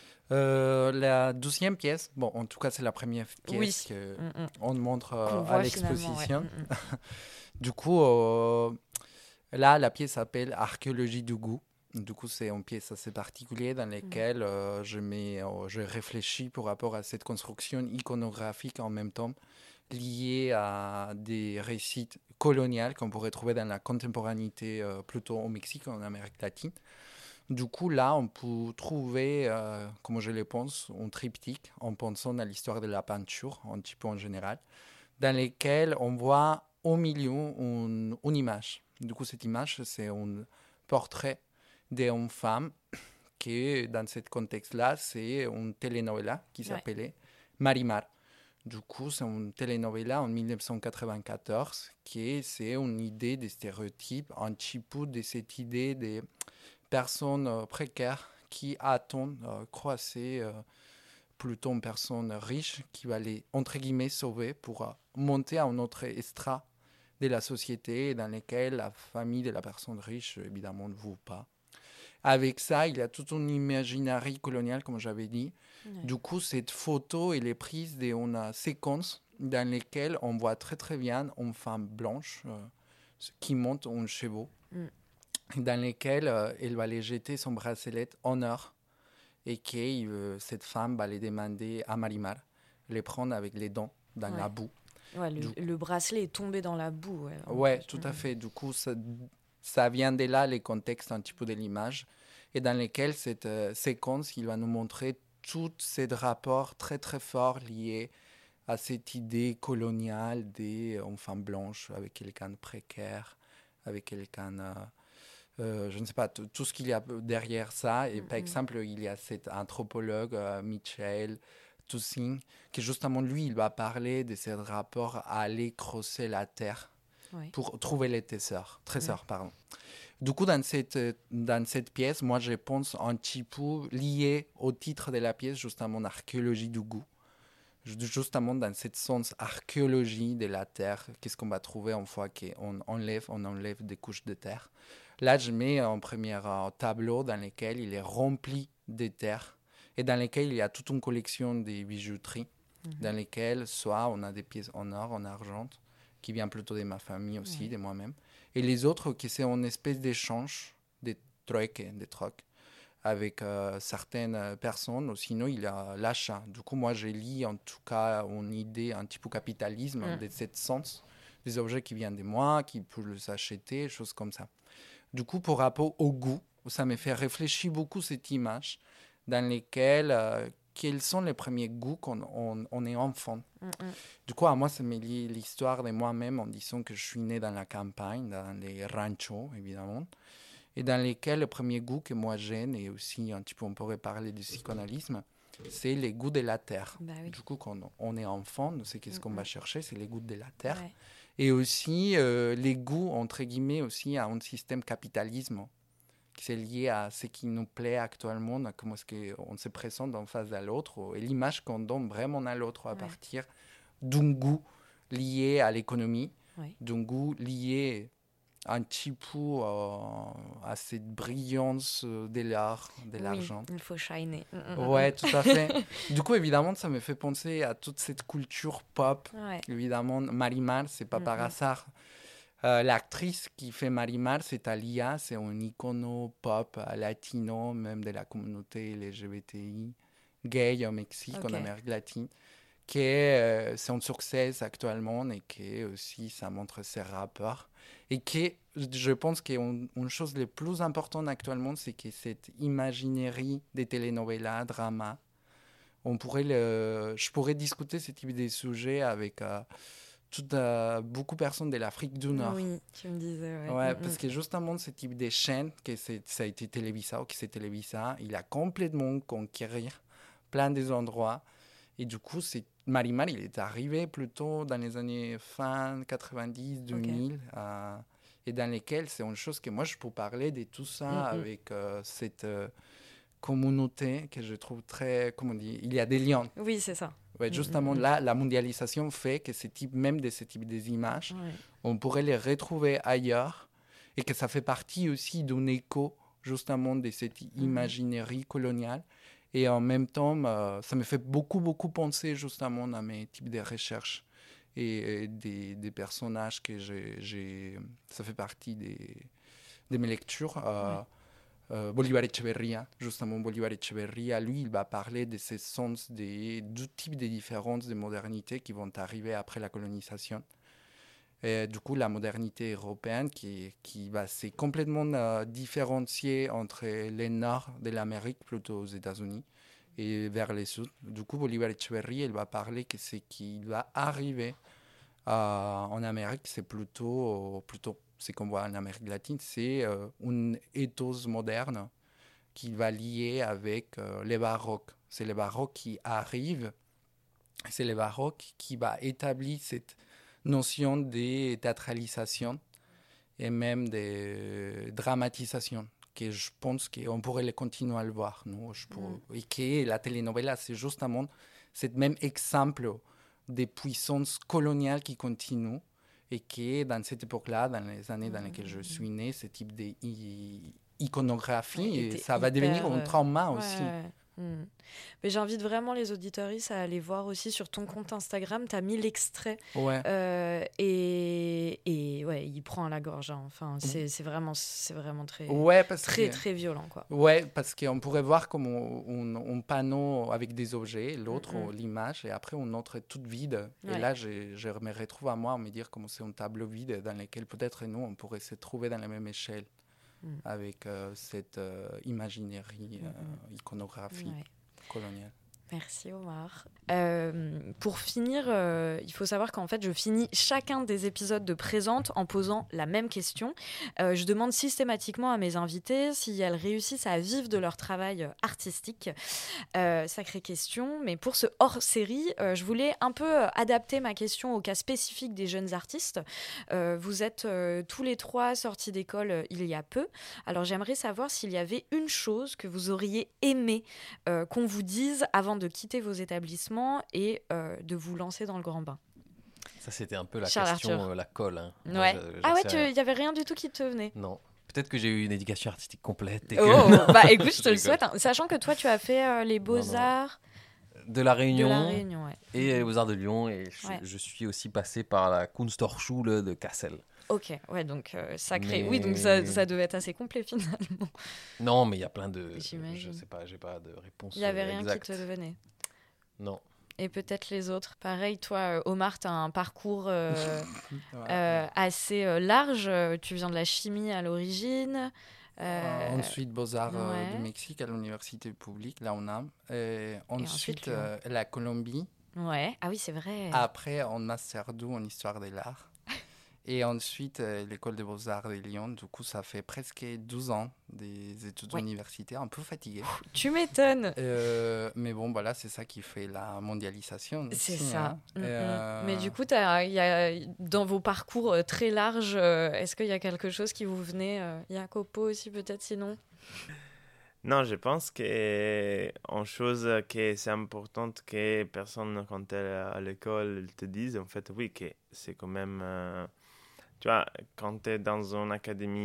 Euh, la douzième pièce, bon, en tout cas, c'est la première pièce Oui. qu'on Mm, mm. montre euh, Qu'on à voit finalement, ouais. l'exposition. Mm, mm. Du coup, euh, là, la pièce s'appelle Archéologie du goût. Du coup, c'est une pièce assez particulière dans laquelle euh, je, mets, euh, je réfléchis par rapport à cette construction iconographique en même temps liée à des récits coloniaux qu'on pourrait trouver dans la contemporanéité euh, plutôt au Mexique, en Amérique latine. Du coup, là, on peut trouver, euh, comme je le pense, un triptyque en pensant à l'histoire de la peinture, un petit peu en général, dans lequel on voit au milieu une, une image. Du coup, cette image, c'est un portrait d'une femme qui, dans ce contexte-là, c'est une telenovela qui s'appelait ouais. Marimar. Du coup, c'est une telenovela en dix-neuf cent quatre-vingt-quatorze qui c'est une idée de stéréotype, un petit peu de cette idée des personnes euh, précaires qui attendent euh, croiser euh, plutôt une personne riche qui va les, entre guillemets, sauver pour euh, monter à un autre extra de la société dans lequel la famille de la personne riche, évidemment, ne vaut pas. Avec ça, il y a tout un imaginaire colonial, comme j'avais dit. Ouais. Du coup, cette photo, elle est prise d'une séquence dans laquelle on voit très très bien une femme blanche euh, qui monte un cheval, mm. dans laquelle euh, elle va aller jeter son bracelet en or et que euh, cette femme va les demander à Marimar, les prendre avec les dents dans ouais. la boue. Ouais, le, du... le bracelet est tombé dans la boue. Ouais, ouais tout à fait. Du coup, ça, ça vient de là, les contextes un petit peu de l'image, et dans lesquels cette euh, séquence, il va nous montrer tous ces rapports très très forts liés à cette idée coloniale d'une femme blanche avec quelqu'un de précaire, avec quelqu'un euh, euh, je ne sais pas, t- tout ce qu'il y a derrière ça. Et Mm-hmm. par exemple, il y a cet anthropologue, euh, Michel Toussaint, qui justement, lui, il va parler de ce rapport à aller creuser la terre Oui. pour trouver les trésors. trésors Oui. pardon. Du coup, dans cette, dans cette pièce, moi, je pense un petit peu lié au titre de la pièce, justement, archéologie du goût. Justement, dans ce sens, archéologie de la terre, qu'est-ce qu'on va trouver une fois qu'on enlève, on enlève des couches de terre. Là, je mets un premier euh, tableau dans lequel il est rempli de terre et dans lequel il y a toute une collection de bijouteries, mm-hmm. dans lesquelles soit on a des pièces en or, en argent, qui vient plutôt de ma famille aussi, oui. de moi-même, et les autres qui sont une espèce d'échange, des trucs, des trocs, avec euh, certaines personnes, ou sinon il y a l'achat. Du coup, moi, j'ai lu en tout cas une idée un petit peu capitalisme, mm. de ce sens, des objets qui viennent de moi, qui peuvent les acheter, choses comme ça. Du coup, par rapport au goût, ça me fait réfléchir beaucoup cette image dans laquelle, euh, quels sont les premiers goûts quand on, on est enfant. Mm-hmm. Du coup, à moi, ça me lie l'histoire de moi-même en disant que je suis né dans la campagne, dans les ranchos, évidemment, et dans lesquels le premier goût que moi j'ai, et aussi un petit peu on pourrait parler du psychanalyse, c'est les goûts de la terre. Bah oui. Du coup, quand on est enfant, c'est qu'est-ce mm-hmm. qu'on va chercher, c'est les goûts de la terre. Ouais. Et aussi euh, les goûts, entre guillemets, aussi à un système capitalisme qui est lié à ce qui nous plaît actuellement, à comment est-ce qu'on se présente en face à l'autre, et l'image qu'on donne vraiment à l'autre à ouais. partir d'un goût lié à l'économie, ouais. d'un goût lié un petit peu euh, à cette brillance de l'art, de oui, l'argent. Il faut shiner. Ouais, tout à fait. Du coup, évidemment, ça me fait penser à toute cette culture pop. Ouais. Évidemment, Marimar, c'est pas mm-hmm. par hasard. Euh, l'actrice qui fait Marimar, c'est Thalia, c'est un icono pop latino, même de la communauté L G B T I, gay au Mexique, okay. en Amérique latine, qui est, euh, c'est un succès actuellement et qui aussi, ça montre ses rapports. Et qui, je pense qu'une une chose la plus importante actuellement, c'est que cette imaginerie des telenovelas, dramas, on pourrait le, je pourrais discuter ce type de sujet avec euh, tout, euh, beaucoup de personnes de l'Afrique du Nord. Oui, tu me disais. Ouais, ouais mm-hmm. parce que justement, ce type de chaîne, que c'est, ça a été Televisa ou que c'est Televisa, il a complètement conquéri plein des endroits. Et du coup, c'est Marimar, il est arrivé plutôt dans les années fin quatre-vingt-dix, deux mille, okay. euh, et dans lesquelles c'est une chose que moi, je peux parler de tout ça mm-hmm. avec euh, cette euh, communauté que je trouve très, comment on dit, il y a des liens. Oui, c'est ça. Ouais, justement, mm-hmm. là, la mondialisation fait que ce type, même de ce type d'images, ouais. on pourrait les retrouver ailleurs et que ça fait partie aussi d'un écho, justement, de cette mm-hmm. imaginerie coloniale. Et en même temps, euh, ça me fait beaucoup, beaucoup penser justement à mes types de recherches et, et des, des personnages que j'ai, j'ai... Ça fait partie des, de mes lectures. Euh, ouais. euh, Bolivar Echeverría, justement, Bolivar Echeverría, lui, il va parler de ces sens, des, du type de différences de modernité qui vont arriver après la colonisation. Et du coup, la modernité européenne qui, qui va se complètement euh, différencier entre le nord de l'Amérique, plutôt aux États-Unis, et vers le sud. Du coup, Bolivar Echeverría, il va parler que ce qui va arriver euh, en Amérique, c'est plutôt, plutôt ce qu'on voit en Amérique latine, c'est euh, une ethos moderne qui va lier avec euh, le baroque. C'est le baroque qui arrive, c'est le baroque qui va établir cette notion de théâtralisation et même de dramatisation, que je pense qu'on pourrait le continuer à le voir. Non je pourrais, mm. Et que la telenovela, c'est justement ce même exemple de puissance coloniale qui continue et que dans cette époque-là, dans les années mm. dans lesquelles je suis né, ce type d'iconographie, ouais, ça va hyper, devenir un trauma ouais, aussi. Ouais. Mmh. Mais j'invite vraiment les auditoristes à aller voir aussi sur ton compte Instagram. Tu as mis l'extrait ouais. euh, et, et ouais, il prend à la gorge. Hein. Enfin, c'est, c'est, vraiment, c'est vraiment très, ouais, parce très, que, très violent. Quoi. Ouais, parce qu'on pourrait voir comme un, un, un panneau avec des objets, l'autre, mmh. l'image, et après un autre toute vide. Ouais. Et là, je, je me retrouve à moi à me dire comme c'est un tableau vide dans lequel peut-être nous, on pourrait se trouver dans la même échelle. Mm. Avec euh, cette euh, imaginerie, euh, mm-hmm. iconographie ouais. coloniale. Merci Omar. Euh, pour finir, euh, il faut savoir qu'en fait, je finis chacun des épisodes de Présente en posant la même question. Euh, je demande systématiquement à mes invités si elles réussissent à vivre de leur travail artistique. Euh, sacrée question, mais pour ce hors-série, euh, je voulais un peu adapter ma question au cas spécifique des jeunes artistes. Euh, vous êtes euh, tous les trois sortis d'école euh, il y a peu. Alors j'aimerais savoir s'il y avait une chose que vous auriez aimé euh, qu'on vous dise avant de quitter vos établissements et euh, de vous lancer dans le grand bain. Ça, c'était un peu la Charles question, Arthur. euh, la colle. Hein. Ouais. Moi, je- Ah ouais, j'en sais il n'y avait rien du tout qui te venait. Non. Peut-être que j'ai eu une éducation artistique complète. Et Oh, que... bah écoute, je te le rigole. souhaite. Hein. Sachant que toi, tu as fait euh, les Beaux-Arts De la Réunion, de la Réunion. Ouais. et les Beaux-Arts de Lyon. Et je, Ouais. je suis aussi passé par la Kunsthochschule de Kassel. Ok, ouais, donc euh, sacré. Mais- Oui, donc ça, ça devait être assez complet finalement. Non, mais il y a plein de... J'imagine. Je sais pas, j'ai pas de réponse Il n'y avait euh, rien exacte. qui te venait. Non. Et peut-être les autres. Pareil, toi, euh, Omar, tu as un parcours euh, Ouais. euh, assez euh, large. Euh, Tu viens de la chimie à l'origine. Euh, Euh, ensuite, Beaux-Arts euh, ouais. du Mexique à l'université publique, la U N A M. Et ensuite, ensuite, Lyon. euh, la Colombie. Ouais. Ah oui, c'est vrai. Après, en Master deux en histoire de l'art. Et ensuite, euh, l'école des Beaux-Arts de Lyon. Du coup, ça fait presque douze ans des études Ouais. universitaires, un peu fatigué. Tu m'étonnes. Euh, mais bon, voilà, c'est ça qui fait la mondialisation. C'est aussi, ça. hein. Mm, mm. Euh, Mais du coup, t'as- il y a, dans vos parcours euh, très larges, euh, est-ce qu'il y a quelque chose qui vous venait euh, Jacopo aussi, peut-être, sinon Non, je pense que une chose que c'est importante que personne, quand elle est à l'école, te dise, en fait, oui, que c'est quand même... euh, tu vois, quand tu es dans une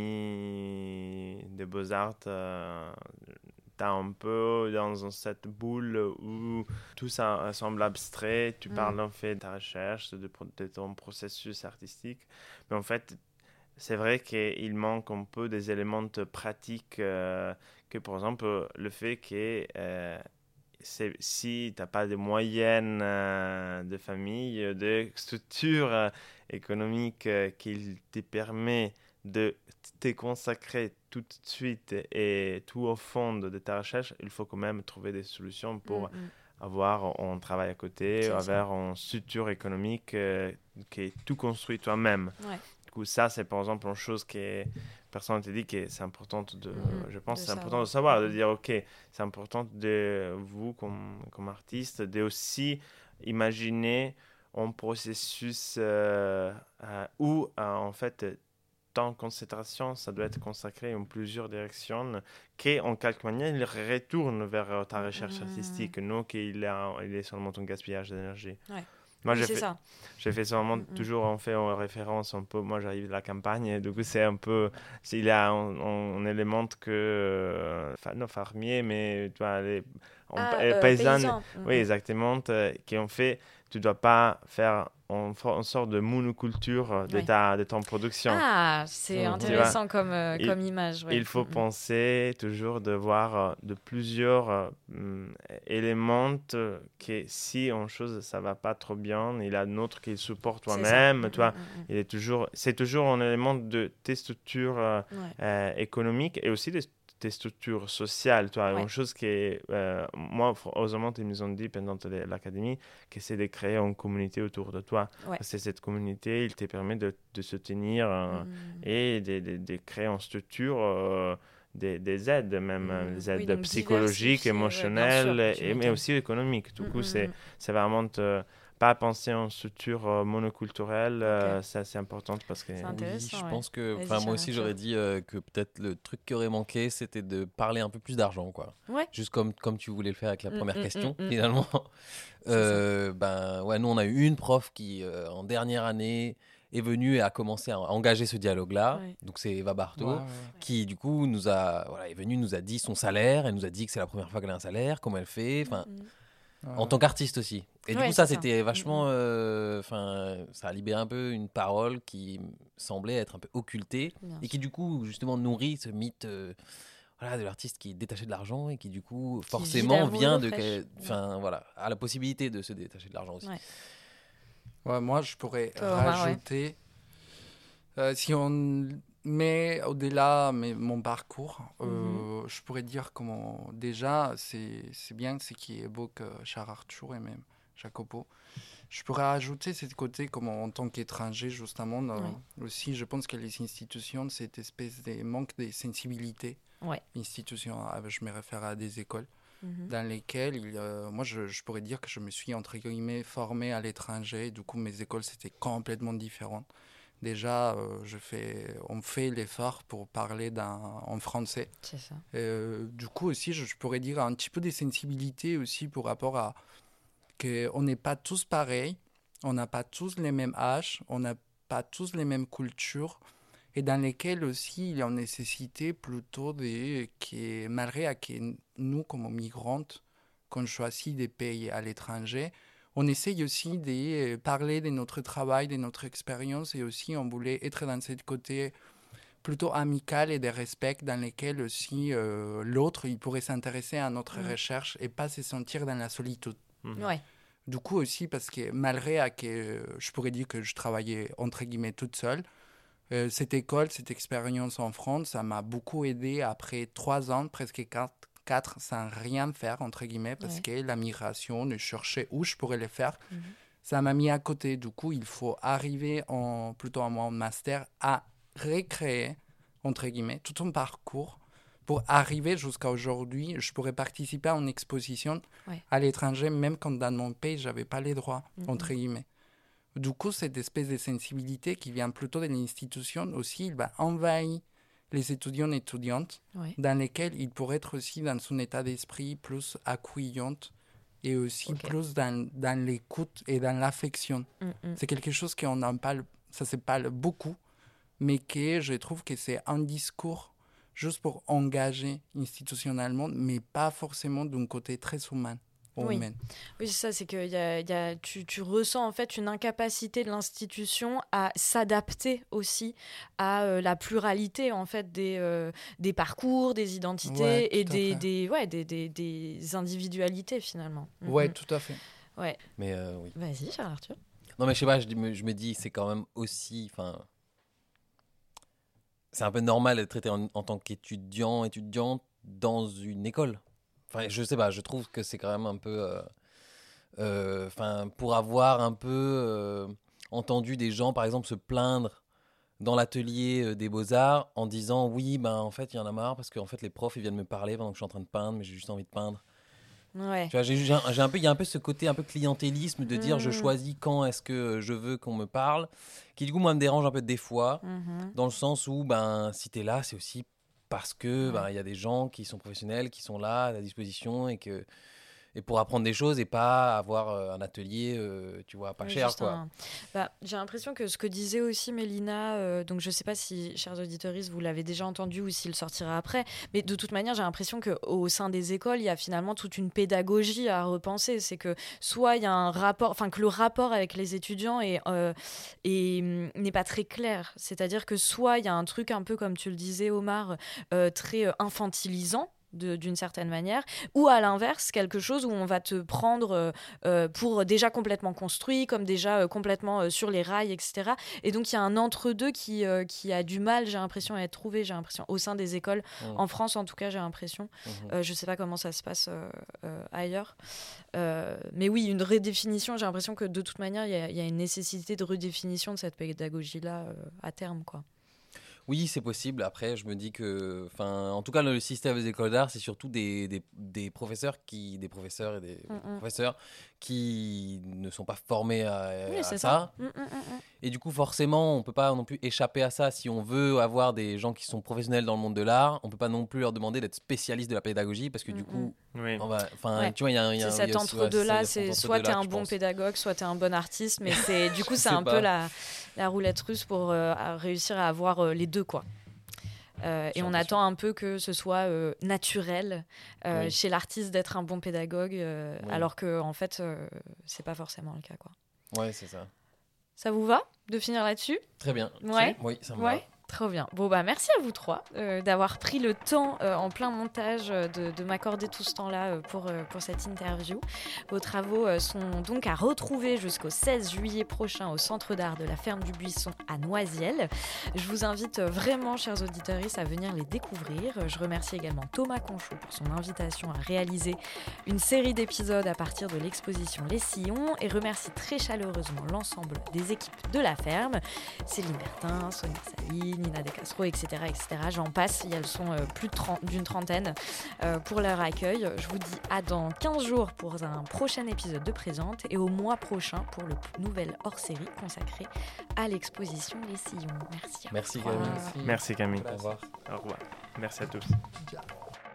académie de beaux-arts, euh, tu es un peu dans cette boule où tout ça semble abstrait. Tu Mm. parles en fait de ta recherche, de, pro- de ton processus artistique. Mais en fait, c'est vrai qu'il manque un peu des éléments pratiques, euh, que par exemple le fait que euh, c'est- si tu n'as pas de moyens euh, de famille, de structure euh, économique euh, qui te permet de te consacrer tout de suite et tout au fond de ta recherche, il faut quand même trouver des solutions pour Mm, mm. avoir un travail à côté, C'est ça. avoir une structure économique euh, qui est tout construit toi-même. Ouais. Du coup, ça, c'est par exemple une chose que personne ne te dit que c'est important de, Mhm, je pense, de c'est important de savoir. savoir, de Mhm. dire, ok, c'est important de vous comme, comme artiste, de aussi imaginer un processus euh, euh, où, euh, en fait, ton concentration, ça doit être consacré en plusieurs directions, qui, en quelque manière, il retourne vers ta recherche Mhm. artistique, non qu'il est, il est seulement un gaspillage d'énergie. Ouais. Moi, Oui, j'ai c'est fait, ça. j'ai fait seulement, Mm, mm. toujours on fait en référence un peu, moi j'arrive de la campagne, et du coup c'est un peu, il y a un, un- un élément que, euh, enfin non fermier, mais tu vois, les on- Ah, euh, euh, paysannes, paysan. Mm, oui mm. exactement, euh, qui ont fait, tu dois pas faire en, en sorte de monoculture de, Oui. ta, de ton production. Ah, c'est Mhm. intéressant comme, euh, Il- comme image. Ouais. Il faut Mm, mm. penser toujours de voir euh, de plusieurs euh, hum, éléments euh, que si une chose ça va pas trop bien, il y a un autre qui supporte C'est ça. toi-même, Mm, tu vois. mm, mm, Il est toujours, c'est toujours un élément de tes structures euh, mm. Ouais. euh, économiques et aussi de tes structures sociales. Tu vois. Ouais. Une chose qui est, euh, moi, heureusement, ils nous ont dit pendant le- l'académie que c'est de créer une communauté autour de toi. Ouais. Parce que cette communauté, il te permet de, de se tenir euh, Mm. et de, de, de créer une structure. euh, des, des aides, même Mm. euh, des Oui, aides donc psychologiques, diversifier, ouais, bien émotionnelles, sûr, tu et, mais m'étonnes. aussi économiques. Du Mm, coup, mm, c'est mm. c'est vraiment euh, pas penser en structure euh, monoculturelle, euh, Ok. ça c'est important parce que C'est Oui, intéressant, je ouais. pense que, Vas-y, enfin, moi Charles aussi Arthur. j'aurais dit euh, que peut-être le truc qui aurait manqué, c'était de parler un peu plus d'argent, quoi. Ouais. Juste comme, comme tu voulais le faire avec la Mm, première mm, question, mm, mm. finalement. C'est ça. Euh, ben ouais, nous on a eu une prof qui, euh, en dernière année, est venue et a commencé à engager ce dialogue-là. Ouais. Donc c'est Eva Bartho, Ouais, ouais, ouais. qui du coup nous a, voilà, est venue, nous a dit son salaire, elle nous a dit que c'est la première fois qu'elle a un salaire, comment elle fait, enfin. Mm, mm. En Ouais. tant qu'artiste aussi. Et du Ouais, coup, ça, c'est ça. c'était vachement. Mm, mm. euh, Enfin, ça a libéré un peu une parole qui semblait être un peu occultée Bien et qui, du coup, justement, nourrit ce mythe euh, voilà, de l'artiste qui est détaché de l'argent et qui, du coup, Qui forcément vit d'amour vient d'eau de. fraîche. Enfin, voilà, a la possibilité de se détacher de l'argent aussi. Ouais. Ouais, moi, je pourrais Toi, Omar, ouais. rajouter, euh, si on mais au-delà de mon parcours, euh, Mhm. je pourrais dire comment déjà, c'est, c'est bien ce qui évoque euh, Charles Arthur et même Jacopo. Je pourrais ajouter ce côté comme en tant qu'étranger, justement, euh, Ouais. aussi, je pense que les institutions, cette espèce de manque de sensibilité, Ouais. institutions, ah, je me réfère à des écoles, Mhm. dans lesquelles, il, euh, moi, je, je pourrais dire que je me suis, entre guillemets, formé à l'étranger. Du coup, mes écoles, c'était complètement différent. Déjà, euh, je fais, on fait l'effort pour parler dans- en français. C'est ça. Euh, du coup, aussi, je, je pourrais dire un petit peu de sensibilité aussi pour rapport à qu'on n'est pas tous pareils, on n'a pas tous les mêmes âges, on n'a pas tous les mêmes cultures, et dans lesquelles aussi il y a une nécessité plutôt de que, malgré à que nous, comme migrantes, qu'on choisit des pays à l'étranger, on essaye aussi de parler de notre travail, de notre expérience, et aussi on voulait être dans ce côté plutôt amical et de respect dans lequel aussi euh, l'autre il pourrait s'intéresser à notre Mm. recherche et pas se sentir dans la solitude. Mhm. Ouais. Du coup aussi parce que malgré à que je pourrais dire que je travaillais entre guillemets toute seule, euh, cette école, cette expérience en France, ça m'a beaucoup aidé après trois ans, presque quatre, quatre sans rien faire entre guillemets parce Ouais. que la migration, de chercher où je pourrais le faire, Mhm. ça m'a mis à côté. Du coup, il faut arriver en plutôt en mon master à recréer entre guillemets tout un parcours pour arriver jusqu'à aujourd'hui. Je pourrais participer à une exposition Ouais. à l'étranger, même quand dans mon pays, je n'avais pas les droits, Mhm. entre guillemets. Du coup, cette espèce de sensibilité qui vient plutôt de l'institution aussi, il va envahir les étudiants et étudiantes, Ouais. dans lesquels ils pourraient être aussi dans son état d'esprit plus accueillante et aussi Ok. plus dans, dans l'écoute et dans l'affection. Mm, mm. C'est quelque chose qu'on en parle, ça se parle beaucoup, mais que je trouve que c'est un discours juste pour engager institutionnellement, mais pas forcément d'un côté très humain. ou Oui. humain. Oui, c'est ça, c'est que y a, y a, tu, tu ressens en fait une incapacité de l'institution à s'adapter aussi à euh, la pluralité en fait des, euh, des parcours, des identités Ouais, et tout à des, fait. des, ouais, des, des, des individualités finalement. Mm, Ouais, mm. tout à fait. Ouais. Mais euh, oui. Vas-y, Charles Arthur. Non, mais je sais pas, je, dis- me- je me dis, c'est quand même aussi. Enfin, c'est un peu normal d'être traité en, en tant qu'étudiant, étudiante dans une école. Enfin, je sais pas, je trouve que c'est quand même un peu. euh, euh, Enfin, pour avoir un peu euh, entendu des gens, par exemple, se plaindre dans l'atelier euh, des beaux-arts en disant oui, ben en fait, il y en a marre parce qu'en fait, les profs ils viennent me parler pendant que je suis en train de peindre, mais j'ai juste envie de peindre. Ouais. Tu vois, j'ai, j'ai un, j'ai un peu, il y a un peu ce côté un peu clientélisme de dire je Mhm. choisis quand est-ce que je veux qu'on me parle, qui du coup moi me dérange un peu des fois, Mhm. dans le sens où ben si t'es là, c'est aussi parce que Ouais. ben il y a des gens qui sont professionnels, qui sont là à ta disposition et que et pour apprendre des choses et pas avoir euh, un atelier, euh, tu vois, pas Oui, cher juste quoi. un- Bah, j'ai l'impression que ce que disait aussi Mélina, euh, donc je sais pas si, chers auditeurs, vous l'avez déjà entendu ou s'il sortira après, mais de toute manière, j'ai l'impression qu'au sein des écoles, il y a finalement toute une pédagogie à repenser. C'est que soit il y a un rapport, enfin que le rapport avec les étudiants est, euh, est, hum, n'est pas très clair. C'est-à-dire que soit il y a un truc un peu, comme tu le disais, Omar, euh, très euh, infantilisant. De, d'une certaine manière, ou à l'inverse, quelque chose où on va te prendre euh, euh, pour déjà complètement construit, comme déjà euh, complètement euh, sur les rails, et cetera. Et donc il y a un entre-deux qui, euh, qui a du mal, j'ai l'impression, à être trouvé, j'ai l'impression, au sein des écoles, Mmh. en France en tout cas, j'ai l'impression. Mhm. Euh, je sais pas comment ça se passe euh, euh, ailleurs. Euh, mais oui, une redéfinition, j'ai l'impression que de toute manière, il y, a- il y a une nécessité de redéfinition de cette pédagogie-là euh, à terme, quoi. Oui, c'est possible. Après, je me dis que, enfin, en tout cas, le système des écoles d'art, c'est surtout des, des, des professeurs qui, des professeurs et des Mm-mm. professeurs qui ne sont pas formés à, Oui, à c'est ça. ça. Mm, mm, mm, mm. Et du coup, forcément, on peut pas non plus échapper à ça. Si on veut avoir des gens qui sont professionnels dans le monde de l'art, on peut pas non plus leur demander d'être spécialistes de la pédagogie parce que du Mm, coup, Oui. on va, enfin, Ouais. tu vois, il y a, un- il y a C'est un- il y cet a aussi- ouais, entre-deux-là, c'est ça, il y a c'est cet soit t'es entre-deux-là un que je bon pense. pédagogue, soit t'es un bon artiste, mais c'est du coup Je c'est sais un pas. peu la, la roulette russe pour euh, à réussir à avoir euh, les deux, quoi. Euh, J'ai et on l'impression. attend un peu que ce soit euh, naturel euh, Oui. chez l'artiste d'être un bon pédagogue, euh, Oui. alors que en fait euh, c'est pas forcément le cas, quoi. Ouais, c'est ça. Ça vous va de finir là-dessus? Très bien. Ouais. Oui, ça me Ouais. va. Trop bien. Bon, bah, merci à vous trois euh, d'avoir pris le temps euh, en plein montage euh, de, de m'accorder tout ce temps-là euh, pour, euh, pour cette interview. Vos travaux euh, sont donc à retrouver jusqu'au seize juillet prochain au Centre d'art de la Ferme du Buisson à Noisiel. Je vous invite vraiment, chers auditeurs, à venir les découvrir. Je remercie également Thomas Conchot pour son invitation à réaliser une série d'épisodes à partir de l'exposition Les Sillons et remercie très chaleureusement l'ensemble des équipes de la ferme, Céline Bertin, Sonia Sali, Nina De Castro, et cetera, et cetera. J'en passe, elles sont euh, plus de trente, d'une trentaine euh, pour leur accueil. Je vous dis à dans quinze jours pour un prochain épisode de Présente et au mois prochain pour le nouvel hors-série consacré à l'exposition Les Sillons. Merci. Merci revoir. Camille. Merci Camille. Au revoir. Au revoir. Merci à tous. Ciao.